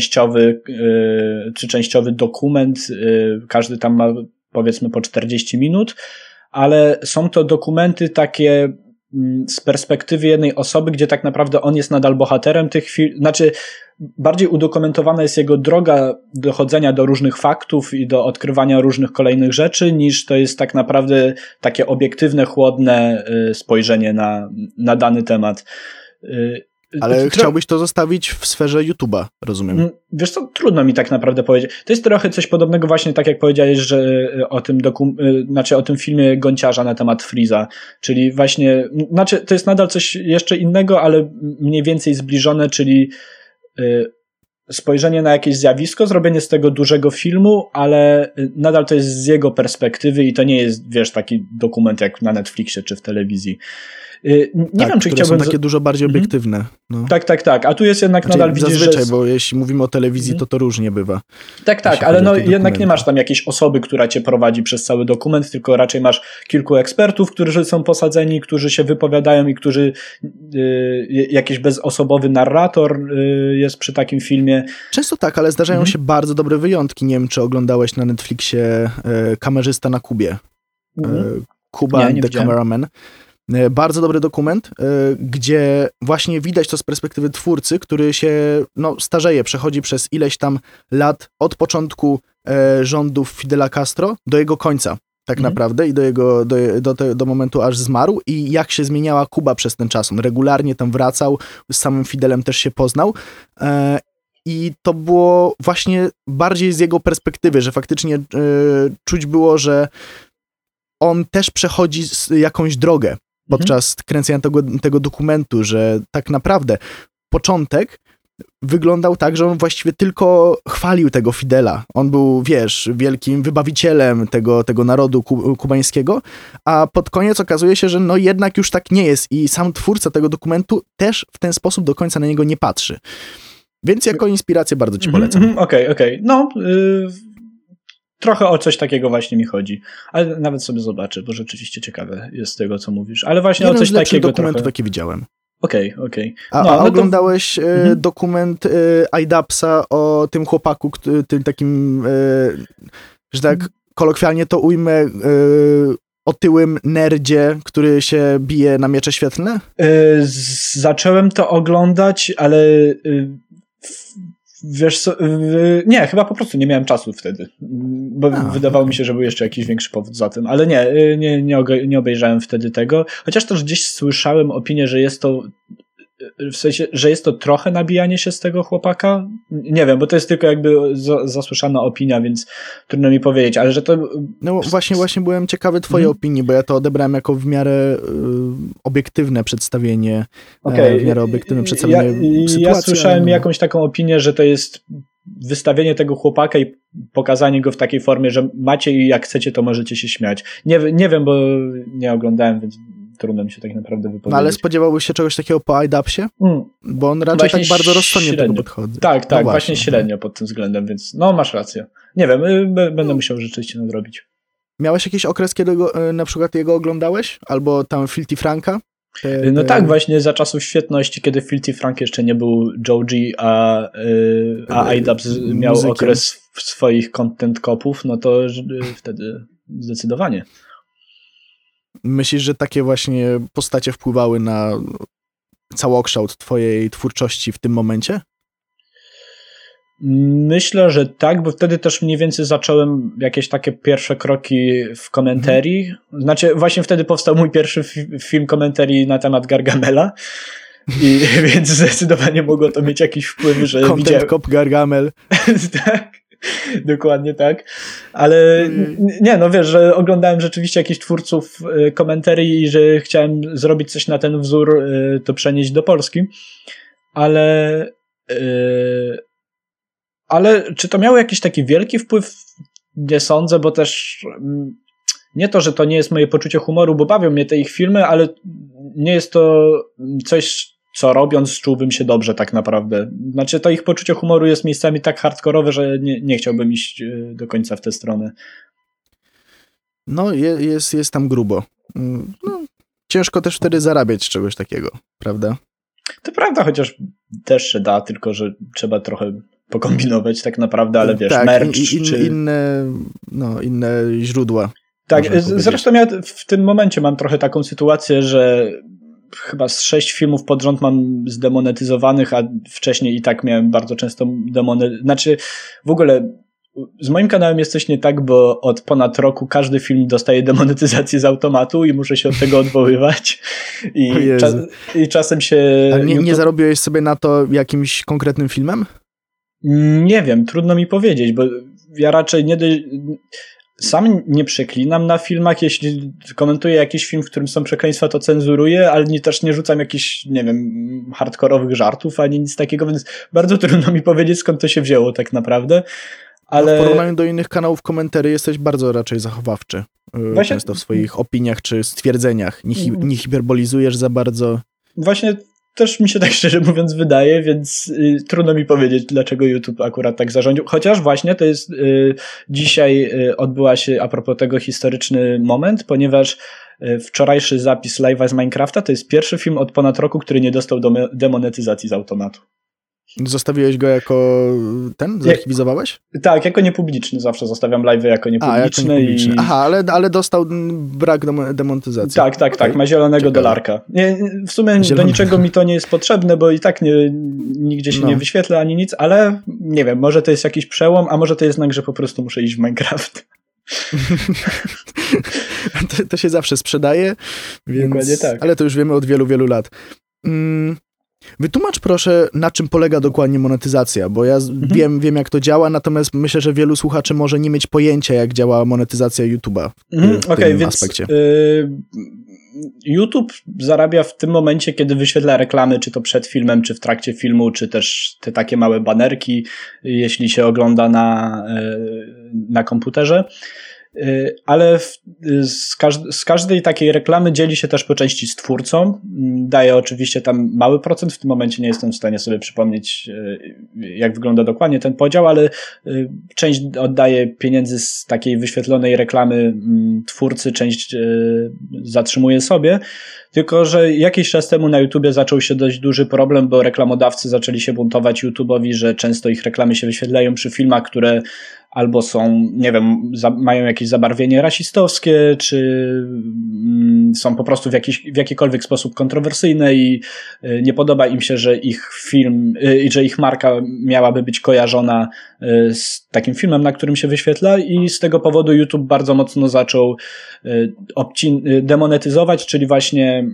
trzyczęściowy dokument, każdy tam ma, powiedzmy, po 40 minut, ale są to dokumenty takie z perspektywy jednej osoby, gdzie tak naprawdę on jest nadal bohaterem tych film, znaczy bardziej udokumentowana jest jego droga dochodzenia do różnych faktów i do odkrywania różnych kolejnych rzeczy, niż to jest tak naprawdę takie obiektywne, chłodne spojrzenie na dany temat. Ale chciałbyś to zostawić w sferze YouTube'a, rozumiem. Wiesz co, trudno mi tak naprawdę powiedzieć. To jest trochę coś podobnego właśnie, tak jak powiedziałeś, że o tym filmie Gonciarza na temat Freeza, czyli właśnie, to jest nadal coś jeszcze innego, ale mniej więcej zbliżone, czyli spojrzenie na jakieś zjawisko, zrobienie z tego dużego filmu, ale nadal to jest z jego perspektywy i to nie jest, wiesz, taki dokument jak na Netflixie czy w telewizji. Nie wiem, czy chciałbym... są takie dużo bardziej obiektywne. No. Tak. A tu jest jednak nadal widzisz, zazwyczaj, bo jeśli mówimy o telewizji, to różnie bywa. Tak, ale no jednak nie masz tam jakiejś osoby, która cię prowadzi przez cały dokument, tylko raczej masz kilku ekspertów, którzy są posadzeni, którzy się wypowiadają i którzy jakiś bezosobowy narrator jest przy takim filmie. Często tak, ale zdarzają się bardzo dobre wyjątki. Nie wiem, czy oglądałeś na Netflixie Kamerzysta na Kubie. Kuba nie the widziałem. Cameraman. Bardzo dobry dokument, gdzie właśnie widać to z perspektywy twórcy, który się starzeje, przechodzi przez ileś tam lat od początku rządów Fidela Castro do jego końca tak naprawdę i do momentu, aż zmarł i jak się zmieniała Kuba przez ten czas. On regularnie tam wracał, z samym Fidelem też się poznał i to było właśnie bardziej z jego perspektywy, że faktycznie czuć było, że on też przechodzi jakąś drogę podczas kręcenia tego dokumentu, że tak naprawdę początek wyglądał tak, że on właściwie tylko chwalił tego Fidela. On był, wiesz, wielkim wybawicielem tego narodu kubańskiego, a pod koniec okazuje się, że jednak już tak nie jest i sam twórca tego dokumentu też w ten sposób do końca na niego nie patrzy. Więc jako inspirację bardzo ci polecam. Okej. Trochę o coś takiego właśnie mi chodzi. Ale nawet sobie zobaczę, bo rzeczywiście ciekawe jest z tego, co mówisz. Ale właśnie o coś takiego dokumentów, jaki widziałem. Okej. A oglądałeś dokument Aidapsa o tym chłopaku, tym takim, że tak kolokwialnie to ujmę, otyłym nerdzie, który się bije na miecze świetlne? Zacząłem to oglądać, ale wiesz co, nie, chyba po prostu nie miałem czasu wtedy, bo wydawało mi się, że był jeszcze jakiś większy powód za tym, ale nie obejrzałem wtedy tego, chociaż też gdzieś słyszałem opinię, że jest to w sensie, że jest to trochę nabijanie się z tego chłopaka. Nie wiem, bo to jest tylko jakby zasłyszana opinia, więc trudno mi powiedzieć, ale że to... No właśnie byłem ciekawy twojej opinii, bo ja to odebrałem jako w miarę obiektywne przedstawienie. W miarę obiektywne przedstawienie sytuacji. Ja słyszałem jakąś taką opinię, że to jest wystawienie tego chłopaka i pokazanie go w takiej formie, że macie i jak chcecie, to możecie się śmiać. Nie wiem, bo nie oglądałem, więc trudno mi się tak naprawdę wypowiedzieć. No ale spodziewałbyś się czegoś takiego po Aidapsie? Bo on raczej właśnie tak bardzo rozsądnie do tego podchodzi. Tak, właśnie średnio pod tym względem, więc masz rację. Nie wiem, będę musiał rzeczywiście nadrobić. Miałeś jakiś okres, kiedy na przykład jego oglądałeś? Albo tam Filthy Franka? Tak, właśnie za czasów świetności, kiedy Filthy Frank jeszcze nie był Joe G, a Aidapс miał okres swoich content copów, no to wtedy zdecydowanie. Myślisz, że takie właśnie postacie wpływały na całokształt twojej twórczości w tym momencie? Myślę, że tak, bo wtedy też mniej więcej zacząłem jakieś takie pierwsze kroki w komentarii. Znaczy właśnie wtedy powstał mój pierwszy film komentarii na temat Gargamela. I więc zdecydowanie mogło to mieć jakiś wpływ, że Content Cop Gargamel. Tak, dokładnie tak. Ale nie, no wiesz, że oglądałem rzeczywiście jakichś twórców komentarii i że chciałem zrobić coś na ten wzór, to przenieść do Polski. Ale czy to miało jakiś taki wielki wpływ? Nie sądzę, bo też nie to, że to nie jest moje poczucie humoru, bo bawią mnie te ich filmy, ale nie jest to coś, co robiąc czułbym się dobrze tak naprawdę. Znaczy to ich poczucie humoru jest miejscami tak hardkorowe, że nie chciałbym iść do końca w tę stronę. No jest tam grubo. No, ciężko też wtedy zarabiać z czegoś takiego, prawda? To prawda, chociaż też się da, tylko że trzeba trochę pokombinować tak naprawdę, ale wiesz, tak, merch czy... inne źródła. Tak, zresztą ja w tym momencie mam trochę taką sytuację, że chyba z 6 filmów pod rząd mam zdemonetyzowanych, a wcześniej i tak miałem bardzo często Znaczy w ogóle z moim kanałem jest coś nie tak, bo od ponad roku każdy film dostaje demonetyzację z automatu i muszę się od tego odwoływać. I czasem się... Ale nie zarobiłeś sobie na to jakimś konkretnym filmem? Nie wiem, trudno mi powiedzieć, bo ja raczej sam nie przeklinam na filmach, jeśli komentuję jakiś film, w którym są przekleństwa, to cenzuruję, ale też nie rzucam jakichś, nie wiem, hardkorowych żartów, ani nic takiego, więc bardzo trudno mi powiedzieć, skąd to się wzięło tak naprawdę. Ale... No w porównaniu do innych kanałów komentarzy jesteś bardzo raczej zachowawczy. Właśnie... Często w swoich opiniach czy stwierdzeniach. Nie hiperbolizujesz za bardzo. Właśnie też mi się tak szczerze mówiąc wydaje, więc trudno mi powiedzieć, dlaczego YouTube akurat tak zarządził. Chociaż właśnie to jest dzisiaj odbyła się a propos tego historyczny moment, ponieważ wczorajszy zapis live'a z Minecrafta to jest pierwszy film od ponad roku, który nie dostał demonetyzacji z automatu. Zostawiłeś go jako zarchiwizowałeś? Tak, jako niepubliczny. Zawsze zostawiam live'y jako niepubliczne. Aha, ale dostał brak demonetyzacji. Tak, okay. Ma zielonego dolarka. W sumie do niczego mi to nie jest potrzebne, bo i tak nigdzie się nie wyświetla ani nic, ale nie wiem, może to jest jakiś przełom, a może to jest znak, że po prostu muszę iść w Minecraft. To się zawsze sprzedaje, więc... Dokładnie tak. Ale to już wiemy od wielu, wielu lat. Wytłumacz proszę, na czym polega dokładnie monetyzacja, bo ja wiem jak to działa, natomiast myślę, że wielu słuchaczy może nie mieć pojęcia, jak działa monetyzacja YouTube'a w tym aspekcie. YouTube zarabia w tym momencie, kiedy wyświetla reklamy, czy to przed filmem, czy w trakcie filmu, czy też te takie małe banerki, jeśli się ogląda na komputerze. Ale z każdej takiej reklamy dzieli się też po części z twórcą. Daje oczywiście tam mały procent, w tym momencie nie jestem w stanie sobie przypomnieć, jak wygląda dokładnie ten podział, ale część oddaje pieniędzy z takiej wyświetlonej reklamy twórcy, część zatrzymuje sobie. Tylko że jakiś czas temu na YouTubie zaczął się dość duży problem, bo reklamodawcy zaczęli się buntować YouTube'owi, że często ich reklamy się wyświetlają przy filmach, które albo są, nie wiem, mają jakieś zabarwienie rasistowskie, czy są po prostu w jakikolwiek sposób kontrowersyjne i nie podoba im się, że ich film, że ich marka miałaby być kojarzona z takim filmem, na którym się wyświetla, i z tego powodu YouTube bardzo mocno zaczął demonetyzować, czyli właśnie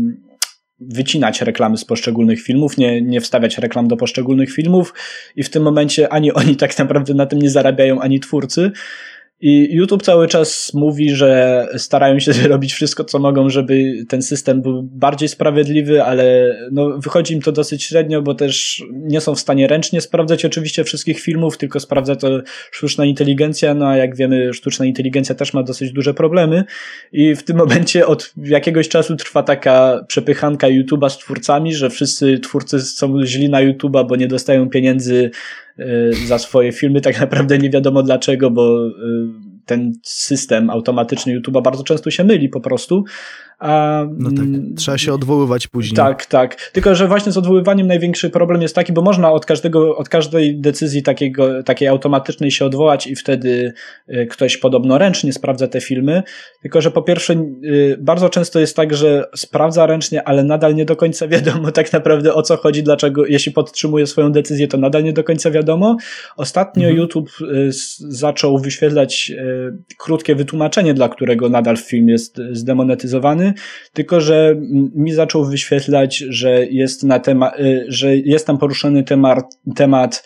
wycinać reklamy z poszczególnych filmów, nie wstawiać reklam do poszczególnych filmów, i w tym momencie ani oni tak naprawdę na tym nie zarabiają, ani twórcy. I YouTube cały czas mówi, że starają się zrobić wszystko, co mogą, żeby ten system był bardziej sprawiedliwy, ale wychodzi im to dosyć średnio, bo też nie są w stanie ręcznie sprawdzać oczywiście wszystkich filmów, tylko sprawdza to sztuczna inteligencja, a jak wiemy, sztuczna inteligencja też ma dosyć duże problemy, i w tym momencie od jakiegoś czasu trwa taka przepychanka YouTube'a z twórcami, że wszyscy twórcy są źli na YouTube'a, bo nie dostają pieniędzy za swoje filmy, tak naprawdę nie wiadomo dlaczego, bo ten system automatyczny YouTube'a bardzo często się myli po prostu, No tak, trzeba się odwoływać później. Tak. Tylko, że właśnie z odwoływaniem największy problem jest taki, bo można od każdej decyzji takiej automatycznej się odwołać i wtedy ktoś podobno ręcznie sprawdza te filmy. Tylko, że po pierwsze bardzo często jest tak, że sprawdza ręcznie, ale nadal nie do końca wiadomo tak naprawdę o co chodzi, dlaczego, jeśli podtrzymuje swoją decyzję, to nadal nie do końca wiadomo. Ostatnio YouTube zaczął wyświetlać krótkie wytłumaczenie, dla którego nadal film jest zdemonetyzowany, tylko że mi zaczął wyświetlać, że jest tam poruszony temat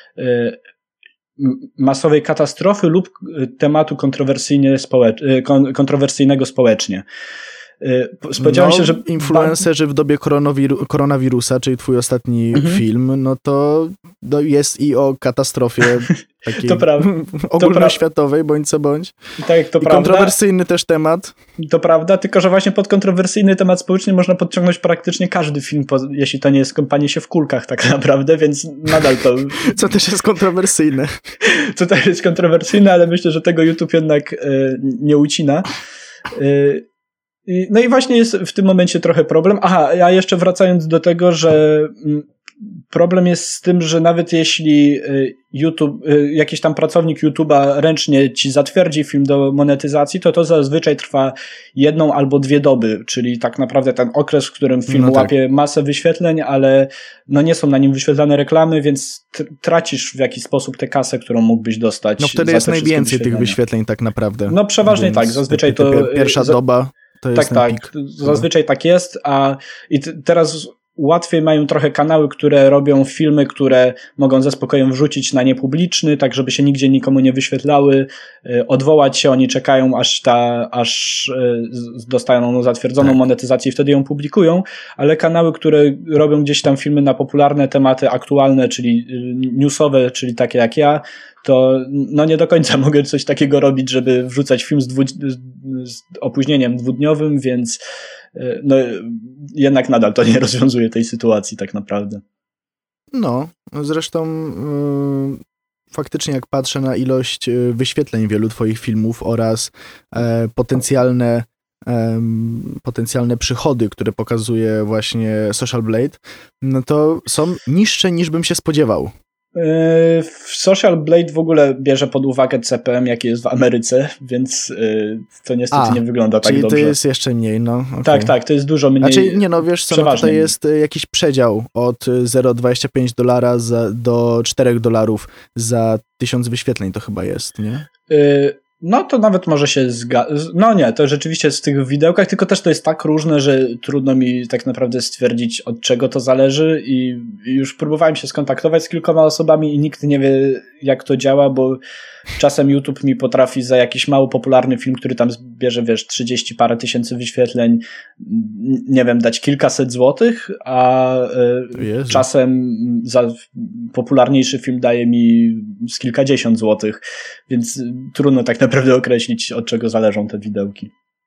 masowej katastrofy lub tematu kontrowersyjnego społecznie. Spodziewałem się, że influencerzy w dobie koronawirusa, czyli twój ostatni film, no to jest i o katastrofie takiej ogólnoświatowej, bądź co bądź. Tak, to I prawda. kontrowersyjny też temat. To prawda, tylko że właśnie pod kontrowersyjny temat społeczny można podciągnąć praktycznie każdy film, jeśli to nie jest kąpanie się w kulkach tak naprawdę, więc nadal to... Co też jest kontrowersyjne. Co też jest kontrowersyjne, ale myślę, że tego YouTube jednak nie ucina. No i właśnie jest w tym momencie trochę problem. Aha, a jeszcze wracając do tego, że problem jest z tym, że nawet jeśli YouTube, jakiś tam pracownik YouTube'a ręcznie ci zatwierdzi film do monetyzacji, to zazwyczaj trwa 1 albo 2 doby, czyli tak naprawdę ten okres, w którym film łapie masę wyświetleń, ale no nie są na nim wyświetlane reklamy, więc tracisz w jakiś sposób tę kasę, którą mógłbyś dostać. No wtedy jest najwięcej tych wyświetleń tak naprawdę. No przeważnie więc tak, zazwyczaj to... Pierwsza doba to jest ten pik. Zazwyczaj tak jest, teraz łatwiej mają trochę kanały, które robią filmy, które mogą ze spokojem wrzucić na niepubliczny, tak żeby się nigdzie nikomu nie wyświetlały, odwołać się, oni czekają aż dostaną zatwierdzoną monetyzację i wtedy ją publikują, ale kanały, które robią gdzieś tam filmy na popularne tematy aktualne, czyli newsowe, czyli takie jak ja, to no nie do końca mogę coś takiego robić, żeby wrzucać film z opóźnieniem 2-dniowym, więc no jednak nadal to nie rozwiązuje tej sytuacji tak naprawdę. No, zresztą faktycznie jak patrzę na ilość wyświetleń wielu twoich filmów oraz potencjalne przychody, które pokazuje właśnie Social Blade, no to są niższe niż bym się spodziewał. Social Blade w ogóle bierze pod uwagę CPM, jaki jest w Ameryce, więc to niestety nie wygląda tak dobrze. Czyli to jest jeszcze mniej, no. Okay. Tak, to jest dużo mniej. Znaczy, nie no, wiesz co, no tutaj jest jakiś przedział od $0,25 do $4 za 1000 wyświetleń to chyba jest, nie? No to nawet może się no nie, to rzeczywiście jest w tych widełkach, tylko też to jest tak różne, że trudno mi tak naprawdę stwierdzić, od czego to zależy i już próbowałem się skontaktować z kilkoma osobami i nikt nie wie, jak to działa, bo czasem YouTube mi potrafi za jakiś mało popularny film, który tam zbierze, 30 parę tysięcy wyświetleń, nie wiem, dać kilkaset złotych, a czasem za popularniejszy film daje mi z kilkadziesiąt złotych, więc trudno tak naprawdę określić, od czego zależą te widełki.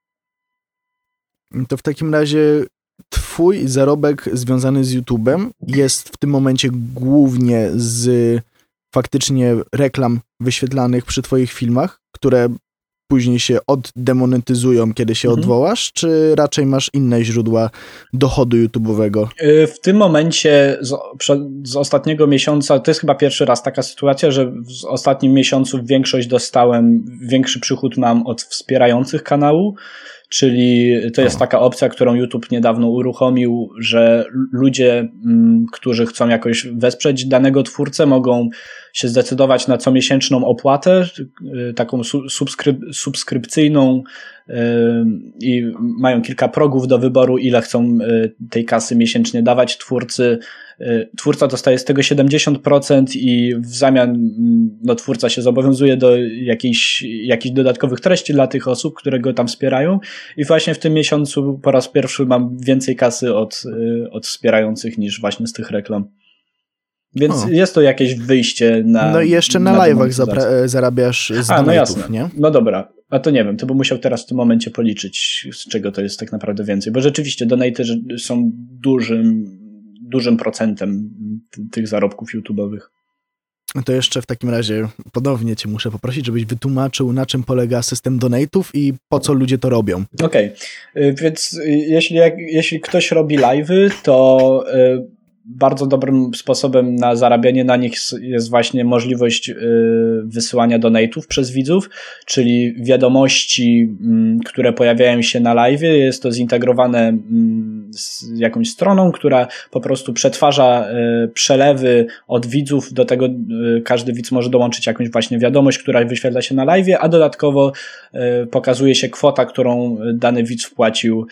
To w takim razie twój zarobek związany z YouTube'em jest w tym momencie głównie z faktycznie reklam wyświetlanych przy twoich filmach, które później się oddemonetyzują, kiedy się odwołasz, czy raczej masz inne źródła dochodu YouTube'owego? W tym momencie z ostatniego miesiąca, to jest chyba pierwszy raz taka sytuacja, że w ostatnim miesiącu większy przychód mam od wspierających kanału, czyli to jest taka opcja, którą YouTube niedawno uruchomił, że ludzie, którzy chcą jakoś wesprzeć danego twórcę, mogą się zdecydować na comiesięczną opłatę, taką subskrypcyjną i mają kilka progów do wyboru, ile chcą tej kasy miesięcznie dawać twórcy. Twórca dostaje z tego 70% i w zamian twórca się zobowiązuje do jakichś dodatkowych treści dla tych osób, które go tam wspierają i właśnie w tym miesiącu po raz pierwszy mam więcej kasy od wspierających niż właśnie z tych reklam. Więc jest to jakieś wyjście na... No i jeszcze na live'ach zarabiasz z donatów, jasne. Nie? No dobra, a to nie wiem, to bym musiał teraz w tym momencie policzyć, z czego to jest tak naprawdę więcej, bo rzeczywiście donaty są dużym procentem tych zarobków YouTube'owych. To jeszcze w takim razie ponownie cię muszę poprosić, żebyś wytłumaczył, na czym polega system donate'ów i po co ludzie to robią. Okej, więc jeśli ktoś robi live'y, to bardzo dobrym sposobem na zarabianie na nich jest właśnie możliwość wysyłania donate'ów przez widzów, czyli wiadomości, które pojawiają się na live. Jest to zintegrowane z jakąś stroną, która po prostu przetwarza przelewy od widzów. Do tego każdy widz może dołączyć jakąś właśnie wiadomość, która wyświetla się na live, a dodatkowo pokazuje się kwota, którą dany widz wpłacił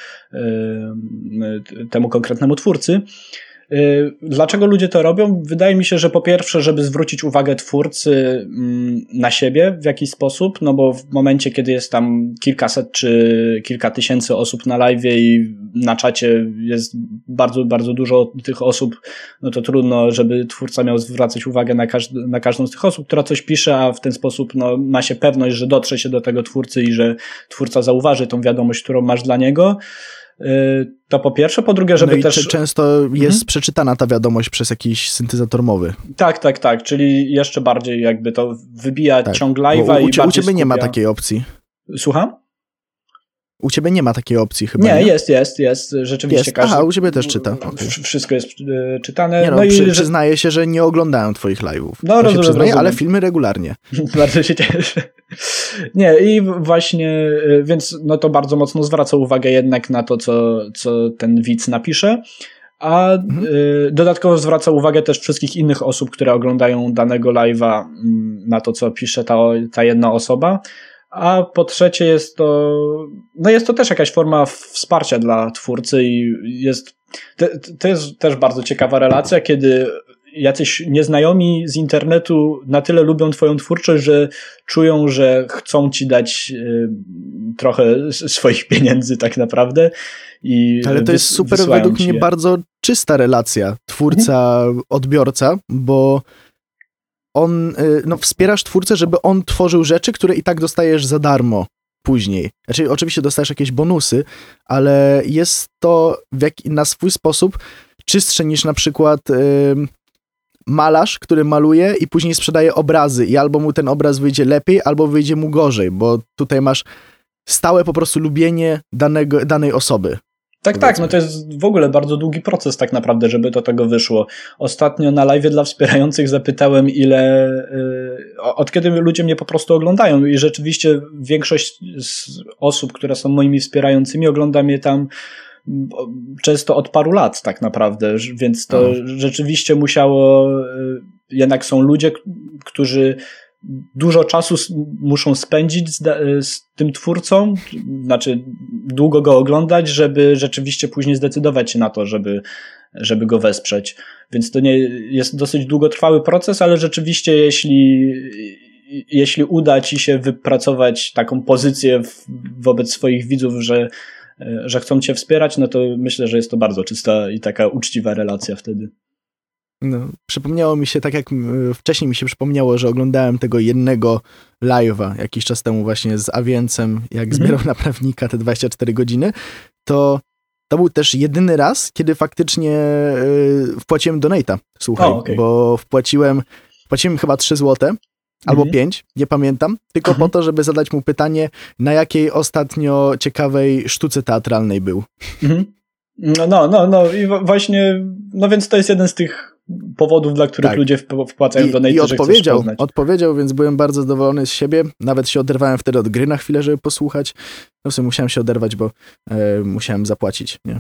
temu konkretnemu twórcy. Dlaczego ludzie to robią? Wydaje mi się, że po pierwsze, żeby zwrócić uwagę twórcy na siebie w jakiś sposób, no bo w momencie, kiedy jest tam kilkaset czy kilka tysięcy osób na live i na czacie jest bardzo, bardzo dużo tych osób, no to trudno, żeby twórca miał zwracać uwagę na każdą z tych osób, która coś pisze, a w ten sposób no, ma się pewność, że dotrze się do tego twórcy i że twórca zauważy tą wiadomość, którą masz dla niego. To po pierwsze, po drugie, żeby też... Często jest przeczytana ta wiadomość przez jakiś syntezator mowy. Tak, czyli jeszcze bardziej jakby to wybija ciąg live'a i u ciebie nie ma takiej opcji. Słucham? U ciebie nie ma takiej opcji chyba, nie? jest. Rzeczywiście każdy... Aha, u ciebie też czyta. Okay. Wszystko jest czytane. Przyznaję się, że nie oglądają twoich live'ów. No, rozumiem. Ale filmy regularnie. Bardzo się cieszę. Nie, i właśnie, więc no to bardzo mocno zwraca uwagę jednak na to, co ten widz napisze. A dodatkowo zwraca uwagę też wszystkich innych osób, które oglądają danego live'a na to, co pisze ta jedna osoba. A po trzecie jest to też jakaś forma wsparcia dla twórcy i to jest też bardzo ciekawa relacja, kiedy jacyś nieznajomi z internetu na tyle lubią twoją twórczość, że czują, że chcą ci dać trochę swoich pieniędzy tak naprawdę. Ale to jest super według mnie bardzo czysta relacja twórca-odbiorca, bo wspierasz twórcę, żeby on tworzył rzeczy, które i tak dostajesz za darmo później. Znaczy, oczywiście dostajesz jakieś bonusy, ale jest to na swój sposób czystsze niż na przykład malarz, który maluje i później sprzedaje obrazy i albo mu ten obraz wyjdzie lepiej, albo wyjdzie mu gorzej, bo tutaj masz stałe po prostu lubienie danej osoby. Tak, no to jest w ogóle bardzo długi proces tak naprawdę, żeby do tego wyszło. Ostatnio na live dla wspierających zapytałem, od kiedy ludzie mnie po prostu oglądają i rzeczywiście większość z osób, które są moimi wspierającymi, ogląda mnie tam często od paru lat tak naprawdę, więc to rzeczywiście musiało, jednak są ludzie, którzy dużo czasu muszą spędzić z tym twórcą, znaczy długo go oglądać, żeby rzeczywiście później zdecydować się na to, żeby go wesprzeć. Więc to nie jest dosyć długotrwały proces, ale rzeczywiście jeśli uda ci się wypracować taką pozycję wobec swoich widzów, że chcą cię wspierać, no to myślę, że jest to bardzo czysta i taka uczciwa relacja wtedy. No, przypomniało mi się, tak jak wcześniej mi się przypomniało, że oglądałem tego jednego live'a jakiś czas temu właśnie z Awiencem, jak zbierał na prawnika te 24 godziny, to był też jedyny raz, kiedy faktycznie wpłaciłem donate'a, słuchaj, bo wpłaciłem chyba 3 złote, albo 5, nie pamiętam, tylko po to, żeby zadać mu pytanie, na jakiej ostatnio ciekawej sztuce teatralnej był. No i właśnie, no więc to jest jeden z tych powodów, dla których ludzie wpłacają donate, że chcesz poznać. Odpowiedział, więc byłem bardzo zadowolony z siebie. Nawet się oderwałem wtedy od gry na chwilę, żeby posłuchać. No w sumie musiałem się oderwać, bo musiałem zapłacić. Nie?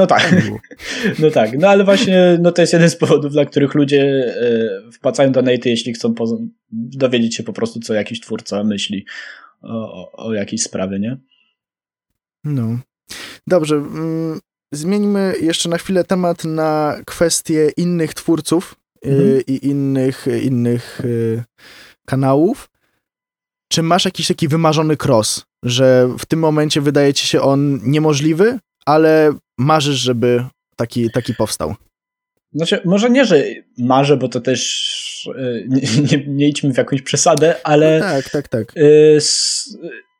No tak, no ale właśnie no to jest jeden z powodów, dla których ludzie wpłacają donate, jeśli chcą dowiedzieć się po prostu, co jakiś twórca myśli o jakiejś sprawie, nie? No. Dobrze. Zmieńmy jeszcze na chwilę temat na kwestie innych twórców i innych kanałów. Czy masz jakiś taki wymarzony cross, że w tym momencie wydaje ci się on niemożliwy, ale marzysz, żeby taki powstał? Znaczy, może nie, że marzę, bo to też nie idźmy w jakąś przesadę, ale no tak.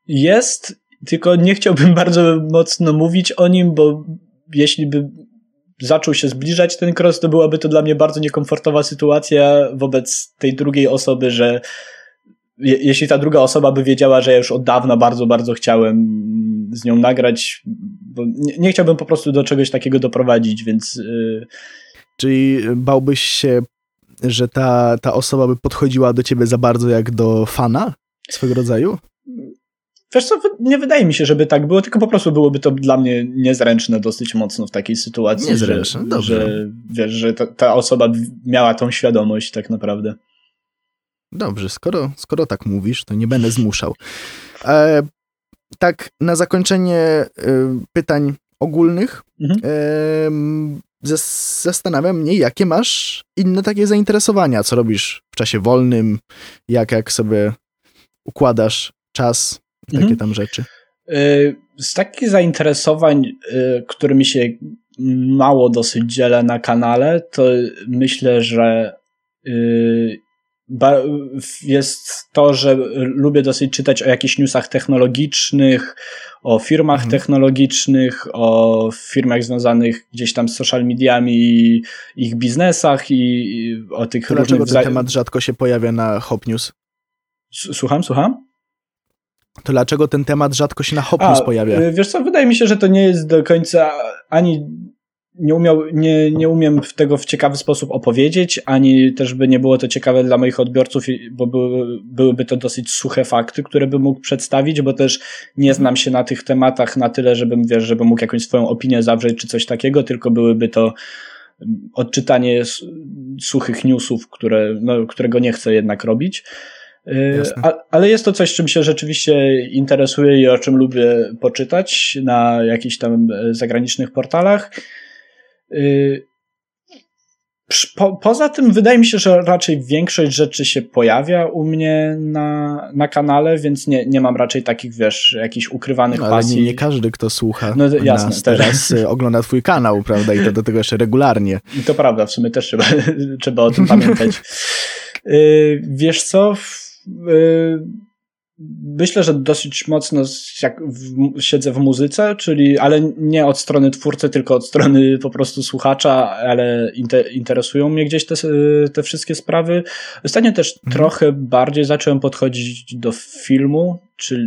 Jest, tylko nie chciałbym bardzo mocno mówić o nim, bo jeśli by zaczął się zbliżać ten cross, to byłaby to dla mnie bardzo niekomfortowa sytuacja wobec tej drugiej osoby, że jeśli ta druga osoba by wiedziała, że ja już od dawna bardzo, bardzo chciałem z nią nagrać, bo nie chciałbym po prostu do czegoś takiego doprowadzić, więc... Czyli bałbyś się, że ta osoba by podchodziła do ciebie za bardzo jak do fana swego rodzaju? Wiesz co, nie wydaje mi się, żeby tak było, tylko po prostu byłoby to dla mnie niezręczne dosyć mocno w takiej sytuacji, niezręczne, że wiesz, że ta osoba miała tą świadomość tak naprawdę. Dobrze, skoro tak mówisz, to nie będę zmuszał. Tak, na zakończenie pytań ogólnych zastanawiam mnie, jakie masz inne takie zainteresowania, co robisz w czasie wolnym, jak sobie układasz czas, takie tam rzeczy. Z takich zainteresowań, którymi się mało dosyć dzielę na kanale, to myślę, że jest to, że lubię dosyć czytać o jakichś newsach technologicznych, o firmach technologicznych, o firmach związanych gdzieś tam z social mediami i ich biznesach i o tych to różnych... Dlaczego ten temat rzadko się pojawia na Hop News? Słucham? To dlaczego ten temat rzadko się na Hop News pojawia? Wiesz co, wydaje mi się, że to nie jest do końca ani... Nie umiem tego w ciekawy sposób opowiedzieć, ani też by nie było to ciekawe dla moich odbiorców, bo byłyby to dosyć suche fakty, które bym mógł przedstawić, bo też nie znam się na tych tematach na tyle, żebym mógł jakąś swoją opinię zawrzeć czy coś takiego, tylko byłyby to odczytanie suchych newsów, którego nie chcę jednak robić. Ale jest to coś, czym się rzeczywiście interesuję i o czym lubię poczytać na jakichś tam zagranicznych portalach. Poza tym wydaje mi się, że raczej większość rzeczy się pojawia u mnie na kanale, więc nie mam raczej takich, wiesz, jakichś ukrywanych pasji. Ale nie każdy, kto słucha jasne, nas teraz ogląda twój kanał, prawda? I to do tego jeszcze regularnie. I to prawda, w sumie też trzeba o tym pamiętać. Wiesz co? Myślę, że dosyć mocno siedzę w muzyce, ale nie od strony twórcy, tylko od strony po prostu słuchacza, ale interesują mnie gdzieś te wszystkie sprawy. Ostatnio też trochę bardziej zacząłem podchodzić do filmu,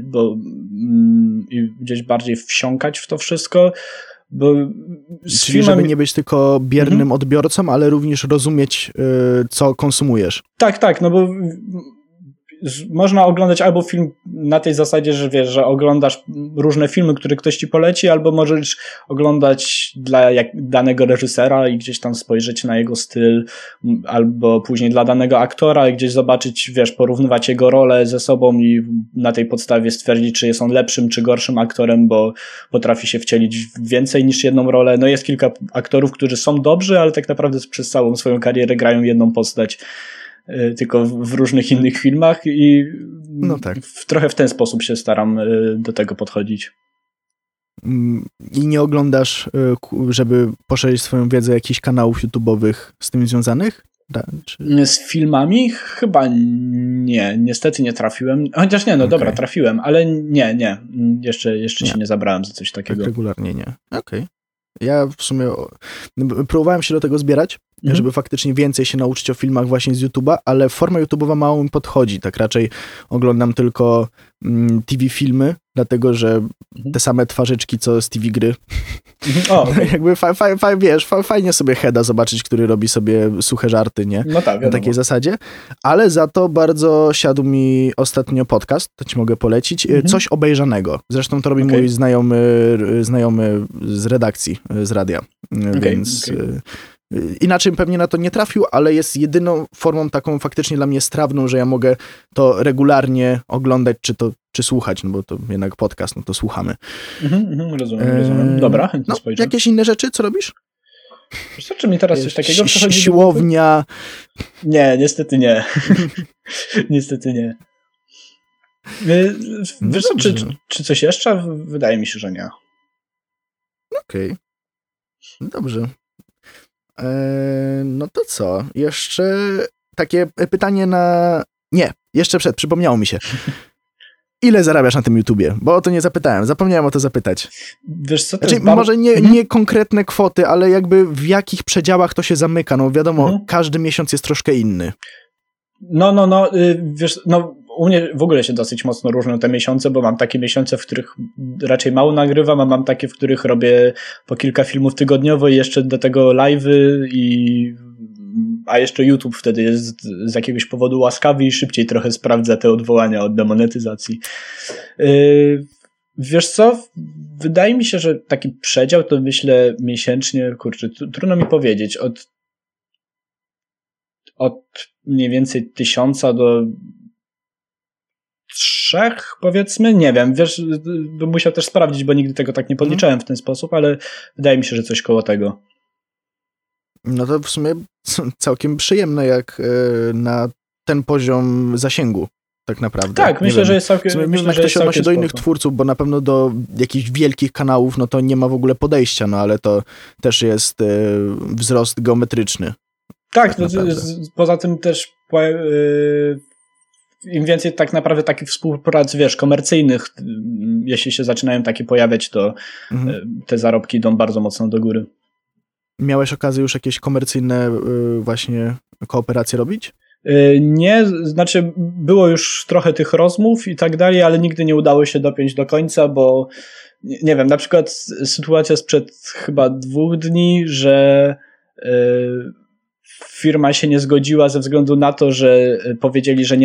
i gdzieś bardziej wsiąkać w to wszystko. Czyli żeby nie być tylko biernym odbiorcą, ale również rozumieć, co konsumujesz. Tak, no bo można oglądać albo film na tej zasadzie, że wiesz, że oglądasz różne filmy, które ktoś ci poleci, albo możesz oglądać dla danego reżysera i gdzieś tam spojrzeć na jego styl, albo później dla danego aktora i gdzieś zobaczyć, wiesz, porównywać jego rolę ze sobą i na tej podstawie stwierdzić, czy jest on lepszym czy gorszym aktorem, bo potrafi się wcielić w więcej niż jedną rolę. No jest kilka aktorów, którzy są dobrzy, ale tak naprawdę przez całą swoją karierę grają jedną postać, tylko w różnych innych filmach i trochę w ten sposób się staram do tego podchodzić. I nie oglądasz, żeby poszerzyć swoją wiedzę, jakichś kanałów YouTube'owych z tym związanych? Z filmami? Chyba nie. Niestety nie trafiłem. Chociaż nie, dobra, trafiłem, ale nie. Jeszcze się nie zabrałem za coś takiego. Tak regularnie nie. Okej. Ja w sumie próbowałem się do tego zbierać, żeby faktycznie więcej się nauczyć o filmach właśnie z YouTube'a, ale forma YouTube'owa mało mi podchodzi. Tak raczej oglądam tylko TV filmy, dlatego że te same twarzyczki, co z TV gry. Jakby wiesz, fajnie sobie Heada zobaczyć, który robi sobie suche żarty, nie? No tak, na takiej zasadzie. Ale za to bardzo siadł mi ostatnio podcast, to ci mogę polecić, Coś obejrzanego. Zresztą to robi mój znajomy z redakcji, z radia. Więc inaczej pewnie na to nie trafił, ale jest jedyną formą taką faktycznie dla mnie strawną, że ja mogę to regularnie oglądać, czy słuchać, no bo to jednak podcast, no to słuchamy. Rozumiem. Dobra, chętnie spojrzę. Jakieś inne rzeczy, co robisz? Czy mi teraz coś takiego przechodzi? Siłownia? Nie, niestety nie. Niestety nie. Wiesz co, czy coś jeszcze? Wydaje mi się, że nie. Okej. Dobrze. No to co? Jeszcze takie pytanie na... Nie, jeszcze przypomniało mi się. ile zarabiasz na tym YouTubie? Bo o to nie zapytałem, zapomniałem o to zapytać. Wiesz co, to znaczy, może nie konkretne kwoty, ale jakby w jakich przedziałach to się zamyka, no wiadomo, każdy miesiąc jest troszkę inny. Wiesz, u mnie w ogóle się dosyć mocno różnią te miesiące, bo mam takie miesiące, w których raczej mało nagrywam, a mam takie, w których robię po kilka filmów tygodniowo i jeszcze do tego live'y a jeszcze YouTube wtedy jest z jakiegoś powodu łaskawy i szybciej trochę sprawdza te odwołania od demonetyzacji. Wiesz co? Wydaje mi się, że taki przedział to myślę miesięcznie, kurczę, trudno mi powiedzieć, od mniej więcej 1000 do 3, powiedzmy, nie wiem, wiesz, bym musiał też sprawdzić, bo nigdy tego tak nie podliczałem w ten sposób, ale wydaje mi się, że coś koło tego. No to w sumie całkiem przyjemne jak na ten poziom zasięgu, tak naprawdę. Tak, myślę, że jest całkiem myślę, że to się odnosi do innych twórców, bo na pewno do jakichś wielkich kanałów, no to nie ma w ogóle podejścia, no ale to też jest wzrost geometryczny. Tak, poza tym też im więcej tak naprawdę takich współprac, wiesz, komercyjnych, jeśli się zaczynają takie pojawiać, to te zarobki idą bardzo mocno do góry. Miałeś okazję już jakieś komercyjne właśnie kooperacje robić? Nie, znaczy było już trochę tych rozmów i tak dalej, ale nigdy nie udało się dopiąć do końca, bo nie wiem, na przykład sytuacja sprzed chyba 2 dni, że firma się nie zgodziła ze względu na to, że powiedzieli, że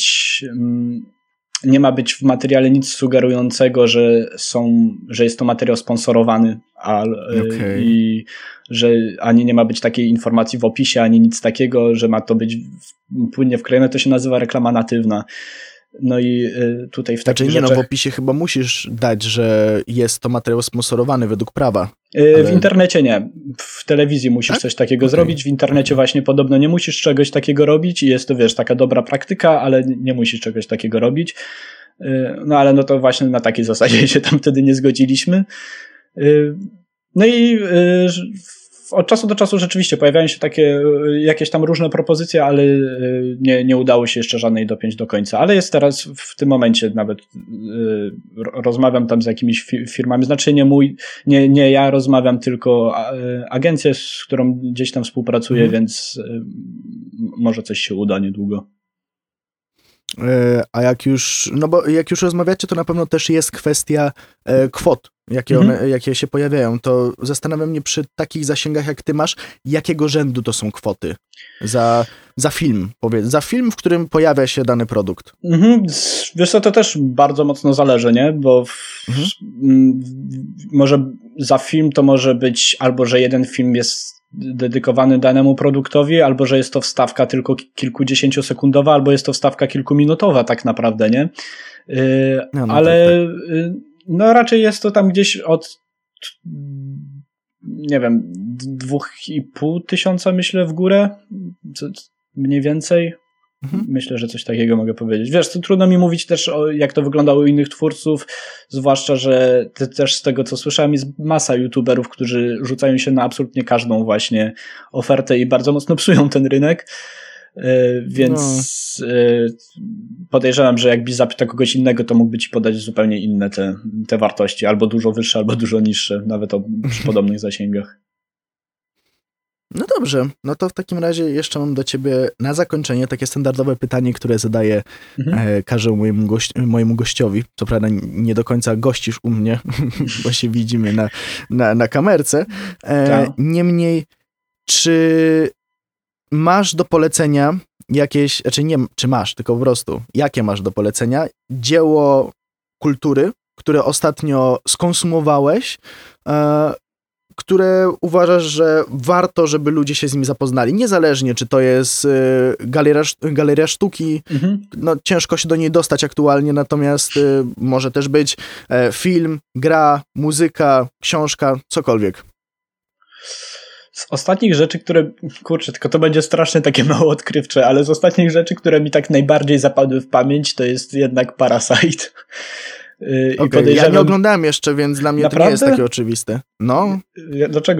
nie ma być w materiale nic sugerującego, że jest to materiał sponsorowany, i że ani nie ma być takiej informacji w opisie, ani nic takiego, że ma to być płynnie wklejone, to się nazywa reklama natywna. No i tutaj w takich rzeczach... w opisie chyba musisz dać, że jest to materiał sponsorowany według prawa. W internecie nie. W telewizji musisz coś takiego zrobić, w internecie właśnie podobno nie musisz czegoś takiego robić i jest to, wiesz, taka dobra praktyka, ale nie musisz czegoś takiego robić. No ale no to właśnie na takiej zasadzie się tam wtedy nie zgodziliśmy. No i od czasu do czasu rzeczywiście pojawiają się takie jakieś tam różne propozycje, ale nie udało się jeszcze żadnej dopiąć do końca. Ale jest teraz w tym momencie nawet rozmawiam tam z jakimiś firmami, znaczy nie ja rozmawiam, tylko agencja, z którą gdzieś tam współpracuję, więc może coś się uda niedługo. A jak już rozmawiacie, to na pewno też jest kwestia kwot, jakie się pojawiają. To zastanawia mnie przy takich zasięgach, jak ty masz, jakiego rzędu to są kwoty za film, powiedz, za film, w którym pojawia się dany produkt. Wiesz co, to też bardzo mocno zależy, nie? Bo może za film to może być albo, że jeden film jest dedykowany danemu produktowi, albo że jest to wstawka tylko kilkudziesięciosekundowa, albo jest to wstawka kilkuminutowa tak naprawdę, nie? Ale no raczej jest to tam gdzieś od nie wiem, 2500 myślę w górę, mniej więcej. Myślę, że coś takiego mogę powiedzieć. Wiesz, to trudno mi mówić też, jak to wyglądało u innych twórców, zwłaszcza, że też z tego, co słyszałem, jest masa youtuberów, którzy rzucają się na absolutnie każdą właśnie ofertę i bardzo mocno psują ten rynek, więc podejrzewam, że jakbyś zapytał kogoś innego, to mógłby ci podać zupełnie inne te wartości, albo dużo wyższe, albo dużo niższe, nawet przy podobnych zasięgach. No dobrze, no to w takim razie jeszcze mam do ciebie na zakończenie takie standardowe pytanie, które zadaję każdemu mojemu gościowi. Co prawda nie do końca gościsz u mnie, bo się widzimy na kamerce. Niemniej, czy masz do polecenia jakieś, znaczy nie, czy masz, tylko po prostu, jakie masz do polecenia dzieło kultury, które ostatnio skonsumowałeś, które uważasz, że warto, żeby ludzie się z nim zapoznali. Niezależnie, czy to jest galeria sztuki, no ciężko się do niej dostać aktualnie, natomiast może też być film, gra, muzyka, książka, cokolwiek. Z ostatnich rzeczy, które, kurczę, tylko to będzie strasznie takie mało odkrywcze, ale z ostatnich rzeczy, które mi tak najbardziej zapadły w pamięć, to jest jednak Parasite. Okay, ja nie oglądałem jeszcze, więc dla mnie naprawdę? To nie jest takie oczywiste. No. Dlaczego?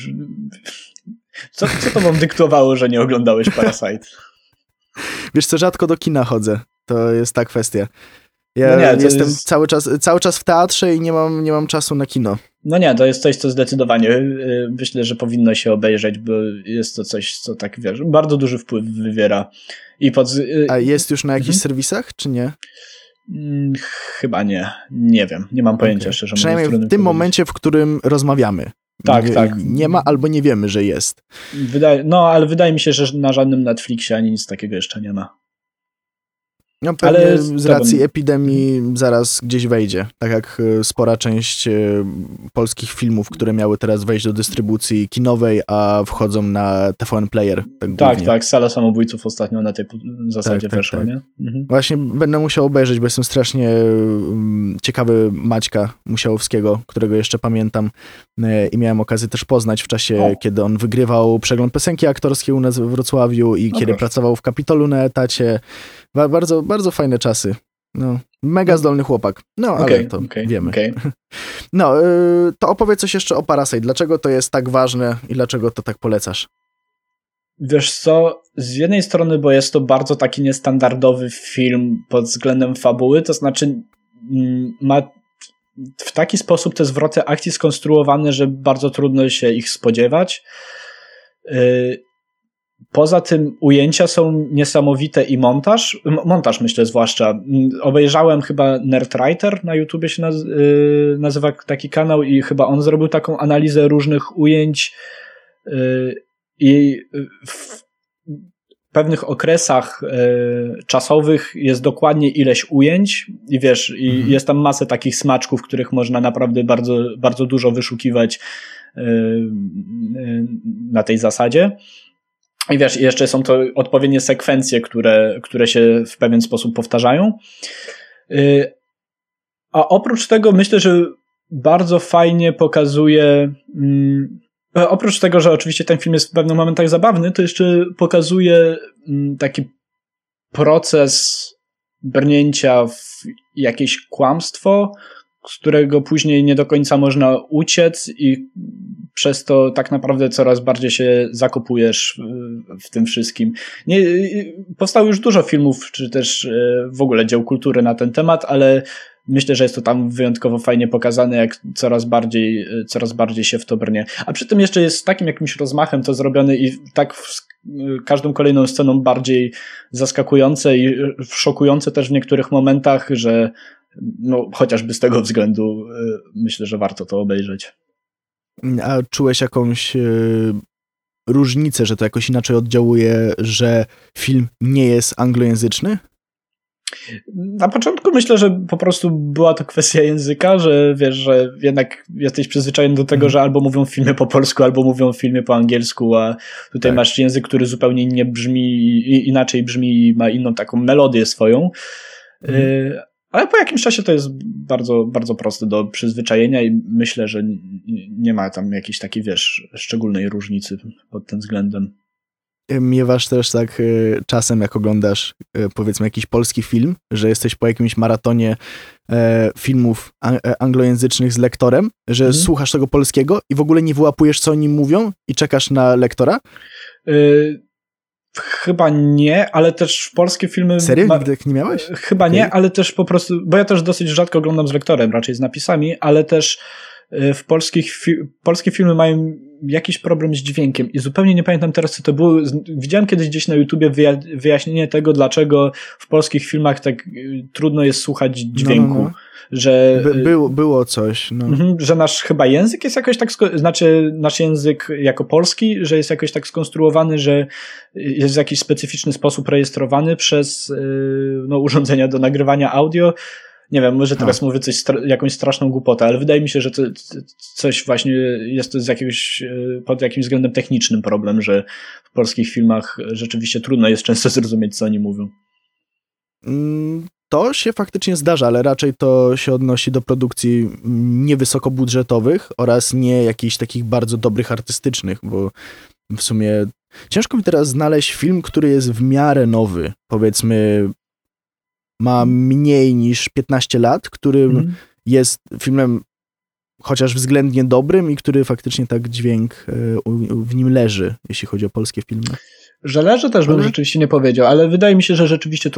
Co to wam dyktowało, że nie oglądałeś Parasite? Wiesz co, rzadko do kina chodzę. To jest ta kwestia. Ja jestem cały czas w teatrze i nie mam czasu na kino. No nie, to jest coś, co zdecydowanie myślę, że powinno się obejrzeć, bo jest to coś, co tak, wiesz, bardzo duży wpływ wywiera. A jest już na jakichś serwisach, czy nie? Chyba nie. Nie wiem. Nie mam pojęcia, szczerze mówiąc. Przynajmniej w tym momencie, w którym rozmawiamy. Tak. Nie ma albo nie wiemy, że jest. Ale wydaje mi się, że na żadnym Netflixie ani nic takiego jeszcze nie ma. No pewnie ale z racji epidemii zaraz gdzieś wejdzie. Tak jak spora część polskich filmów, które miały teraz wejść do dystrybucji kinowej, a wchodzą na TVN Player. Tak. Sala Samobójców ostatnio na tej zasadzie weszła, nie? Mhm. Właśnie będę musiał obejrzeć, bo jestem strasznie ciekawy Maćka Musiałowskiego, którego jeszcze pamiętam i miałem okazję też poznać w czasie, kiedy on wygrywał przegląd piosenki aktorskiej u nas we Wrocławiu i kiedy pracował w Kapitolu na etacie. Bardzo, bardzo fajne czasy. No, mega zdolny chłopak. No, ale to wiemy. No, to opowiedz coś jeszcze o Parasite. Dlaczego to jest tak ważne i dlaczego to tak polecasz? Wiesz co, z jednej strony, bo jest to bardzo taki niestandardowy film pod względem fabuły, to znaczy ma w taki sposób te zwroty akcji skonstruowane, że bardzo trudno się ich spodziewać. Poza tym ujęcia są niesamowite i montaż myślę zwłaszcza. Obejrzałem chyba Nerdwriter, na YouTubie się nazywa taki kanał i chyba on zrobił taką analizę różnych ujęć i w pewnych okresach czasowych jest dokładnie ileś ujęć i wiesz, i jest tam masę takich smaczków, których można naprawdę bardzo, bardzo dużo wyszukiwać na tej zasadzie. I wiesz, jeszcze są to odpowiednie sekwencje, które się w pewien sposób powtarzają. A oprócz tego myślę, że bardzo fajnie pokazuje, oprócz tego, że oczywiście ten film jest w pewnych momentach zabawny, to jeszcze pokazuje taki proces brnięcia w jakieś kłamstwo, z którego później nie do końca można uciec i przez to tak naprawdę coraz bardziej się zakopujesz w tym wszystkim. Powstało już dużo filmów, czy też w ogóle dzieł kultury na ten temat, ale myślę, że jest to tam wyjątkowo fajnie pokazane, jak coraz bardziej się w to brnie. A przy tym jeszcze jest z takim jakimś rozmachem to zrobione i tak każdą kolejną sceną bardziej zaskakujące i szokujące też w niektórych momentach, że no, chociażby z tego względu myślę, że warto to obejrzeć. A czułeś jakąś różnicę, że to jakoś inaczej oddziałuje, że film nie jest anglojęzyczny? Na początku myślę, że po prostu była to kwestia języka, że wiesz, że jednak jesteś przyzwyczajony do tego, że albo mówią w filmie po polsku, albo mówią w filmie po angielsku, a tutaj masz język, który zupełnie inaczej brzmi i ma inną taką melodię swoją. Ale po jakimś czasie to jest bardzo, bardzo proste do przyzwyczajenia i myślę, że nie ma tam jakiejś takiej, wiesz, szczególnej różnicy pod tym względem. Miewasz też tak czasem, jak oglądasz powiedzmy jakiś polski film, że jesteś po jakimś maratonie filmów anglojęzycznych z lektorem, że słuchasz tego polskiego i w ogóle nie wyłapujesz, co oni mówią i czekasz na lektora? Chyba nie, ale też w polskie filmy... Serio? Nigdy nie miałeś? Chyba nie, ale też po prostu... Bo ja też dosyć rzadko oglądam z lektorem, raczej z napisami, ale też w polskie filmy mają jakiś problem z dźwiękiem i zupełnie nie pamiętam teraz, co to było. Widziałem kiedyś gdzieś na YouTubie wyjaśnienie tego, dlaczego w polskich filmach tak trudno jest słuchać dźwięku. No. Że było coś. No. Że nasz chyba język jest jakoś tak, znaczy nasz język jako polski, że jest jakoś tak skonstruowany, że jest w jakiś specyficzny sposób rejestrowany przez urządzenia do nagrywania audio. Nie wiem, może teraz mówię jakąś straszną głupotę, ale wydaje mi się, że to coś właśnie jest to pod jakimś względem technicznym problem, że w polskich filmach rzeczywiście trudno jest często zrozumieć, co oni mówią. To się faktycznie zdarza, ale raczej to się odnosi do produkcji niewysokobudżetowych oraz nie jakichś takich bardzo dobrych artystycznych, bo w sumie ciężko mi teraz znaleźć film, który jest w miarę nowy, powiedzmy ma mniej niż 15 lat, którym jest filmem chociaż względnie dobrym i który faktycznie tak dźwięk w nim leży, jeśli chodzi o polskie filmy. Żelerze też bym rzeczywiście nie powiedział, ale wydaje mi się, że rzeczywiście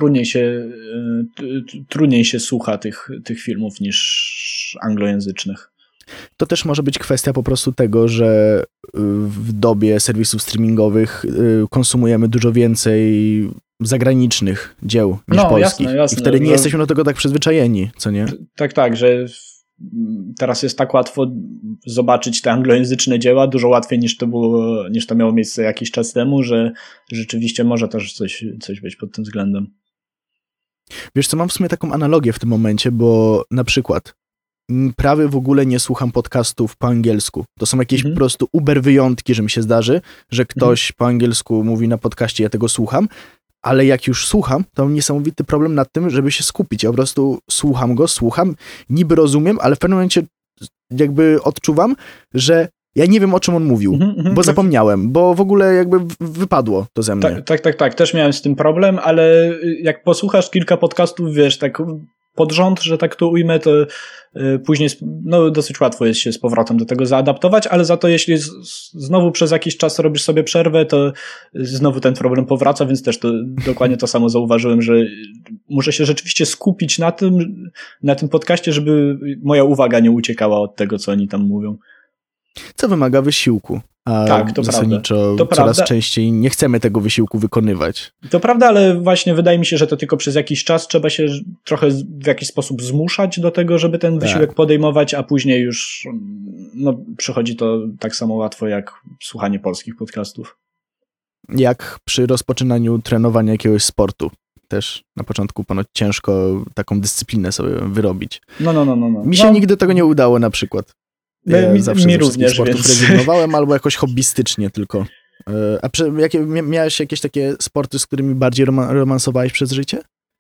trudniej się słucha tych filmów niż anglojęzycznych. To też może być kwestia po prostu tego, że w dobie serwisów streamingowych konsumujemy dużo więcej zagranicznych dzieł niż polskich. Jasne, i wtedy nie jesteśmy do tego tak przyzwyczajeni, co nie? Tak, że teraz jest tak łatwo zobaczyć te anglojęzyczne dzieła, dużo łatwiej niż to miało miejsce jakiś czas temu, że rzeczywiście może też coś być pod tym względem. Wiesz co, mam w sumie taką analogię w tym momencie, bo na przykład prawie w ogóle nie słucham podcastów po angielsku. To są jakieś po prostu uber wyjątki, że mi się zdarzy, że ktoś po angielsku mówi na podcaście, ja tego słucham, ale jak już słucham, to mam niesamowity problem nad tym, żeby się skupić. Ja po prostu słucham, niby rozumiem, ale w pewnym momencie jakby odczuwam, że ja nie wiem, o czym on mówił, bo zapomniałem, bo w ogóle jakby wypadło to ze mnie. Tak. Też miałem z tym problem, ale jak posłuchasz kilka podcastów, wiesz, tak pod rząd, że tak to ujmę, to później dosyć łatwo jest się z powrotem do tego zaadaptować, ale za to jeśli znowu przez jakiś czas robisz sobie przerwę, to znowu ten problem powraca, więc też to dokładnie to samo zauważyłem, że muszę się rzeczywiście skupić na tym podcaście, żeby moja uwaga nie uciekała od tego, co oni tam mówią. Co wymaga wysiłku. A tak, to zasadniczo prawda. Coraz częściej nie chcemy tego wysiłku wykonywać. To prawda, ale właśnie wydaje mi się, że to tylko przez jakiś czas trzeba się trochę w jakiś sposób zmuszać do tego, żeby ten wysiłek podejmować, a później już przychodzi to tak samo łatwo jak słuchanie polskich podcastów. Jak przy rozpoczynaniu trenowania jakiegoś sportu. Też na początku ponoć ciężko taką dyscyplinę sobie wyrobić. No. Mi się nigdy tego nie udało na przykład. Ja zawsze mi również, sportów rezygnowałem, albo jakoś hobbystycznie tylko. A miałeś jakieś takie sporty, z którymi bardziej romansowałeś przez życie?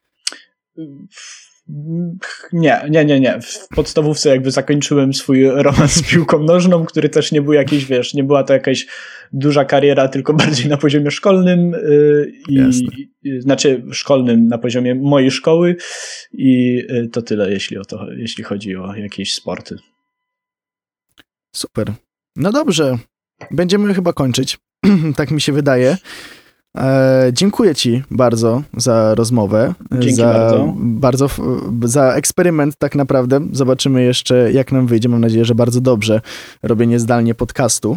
Nie. W podstawówce jakby zakończyłem swój romans z piłką nożną, który też nie był jakiś, wiesz, nie była to jakaś duża kariera, tylko bardziej na poziomie szkolnym znaczy szkolnym na poziomie mojej szkoły i to tyle, jeśli chodzi o jakieś sporty. Super. No dobrze. Będziemy chyba kończyć. Tak mi się wydaje. Dziękuję ci bardzo za rozmowę. Dzięki bardzo. Za eksperyment tak naprawdę. Zobaczymy jeszcze, jak nam wyjdzie. Mam nadzieję, że bardzo dobrze. Robienie zdalnie podcastu.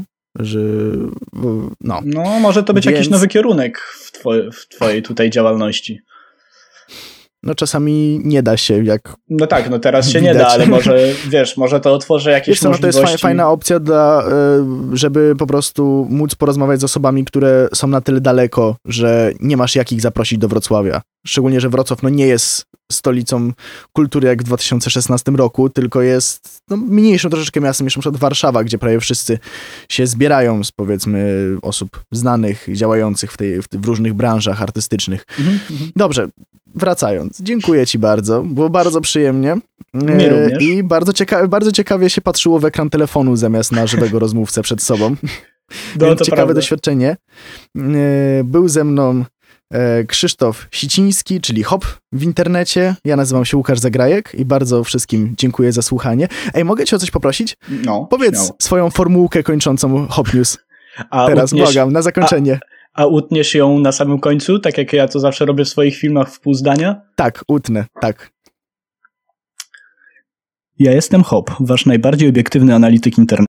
Może to być jakiś nowy kierunek w twojej tutaj działalności. No czasami nie da się, jak no tak, teraz się nie da, ale może to otworzy jakieś możliwości. To jest fajna opcja, żeby po prostu móc porozmawiać z osobami, które są na tyle daleko, że nie masz jak ich zaprosić do Wrocławia. Szczególnie, że Wrocław nie jest stolicą kultury jak w 2016 roku, tylko jest mniejszym troszeczkę miastem niż na przykład Warszawa, gdzie prawie wszyscy się zbierają z, powiedzmy, osób znanych, działających w różnych branżach artystycznych. Dobrze, wracając. Dziękuję ci bardzo. Było bardzo przyjemnie. Mnie również. I bardzo ciekawie się patrzyło w ekran telefonu zamiast na żywego rozmówcę przed sobą. Więc ciekawe prawda. doświadczenie. Był ze mną Krzysztof Siciński, czyli Hop w internecie. Ja nazywam się Łukasz Zagrajek i bardzo wszystkim dziękuję za słuchanie. Mogę cię o coś poprosić? Powiedz swoją formułkę kończącą Hop News. Teraz błagam, na zakończenie. A utniesz ją na samym końcu, tak jak ja to zawsze robię w swoich filmach w pół zdania? Tak, utnę, tak. Ja jestem Hop, wasz najbardziej obiektywny analityk internetu.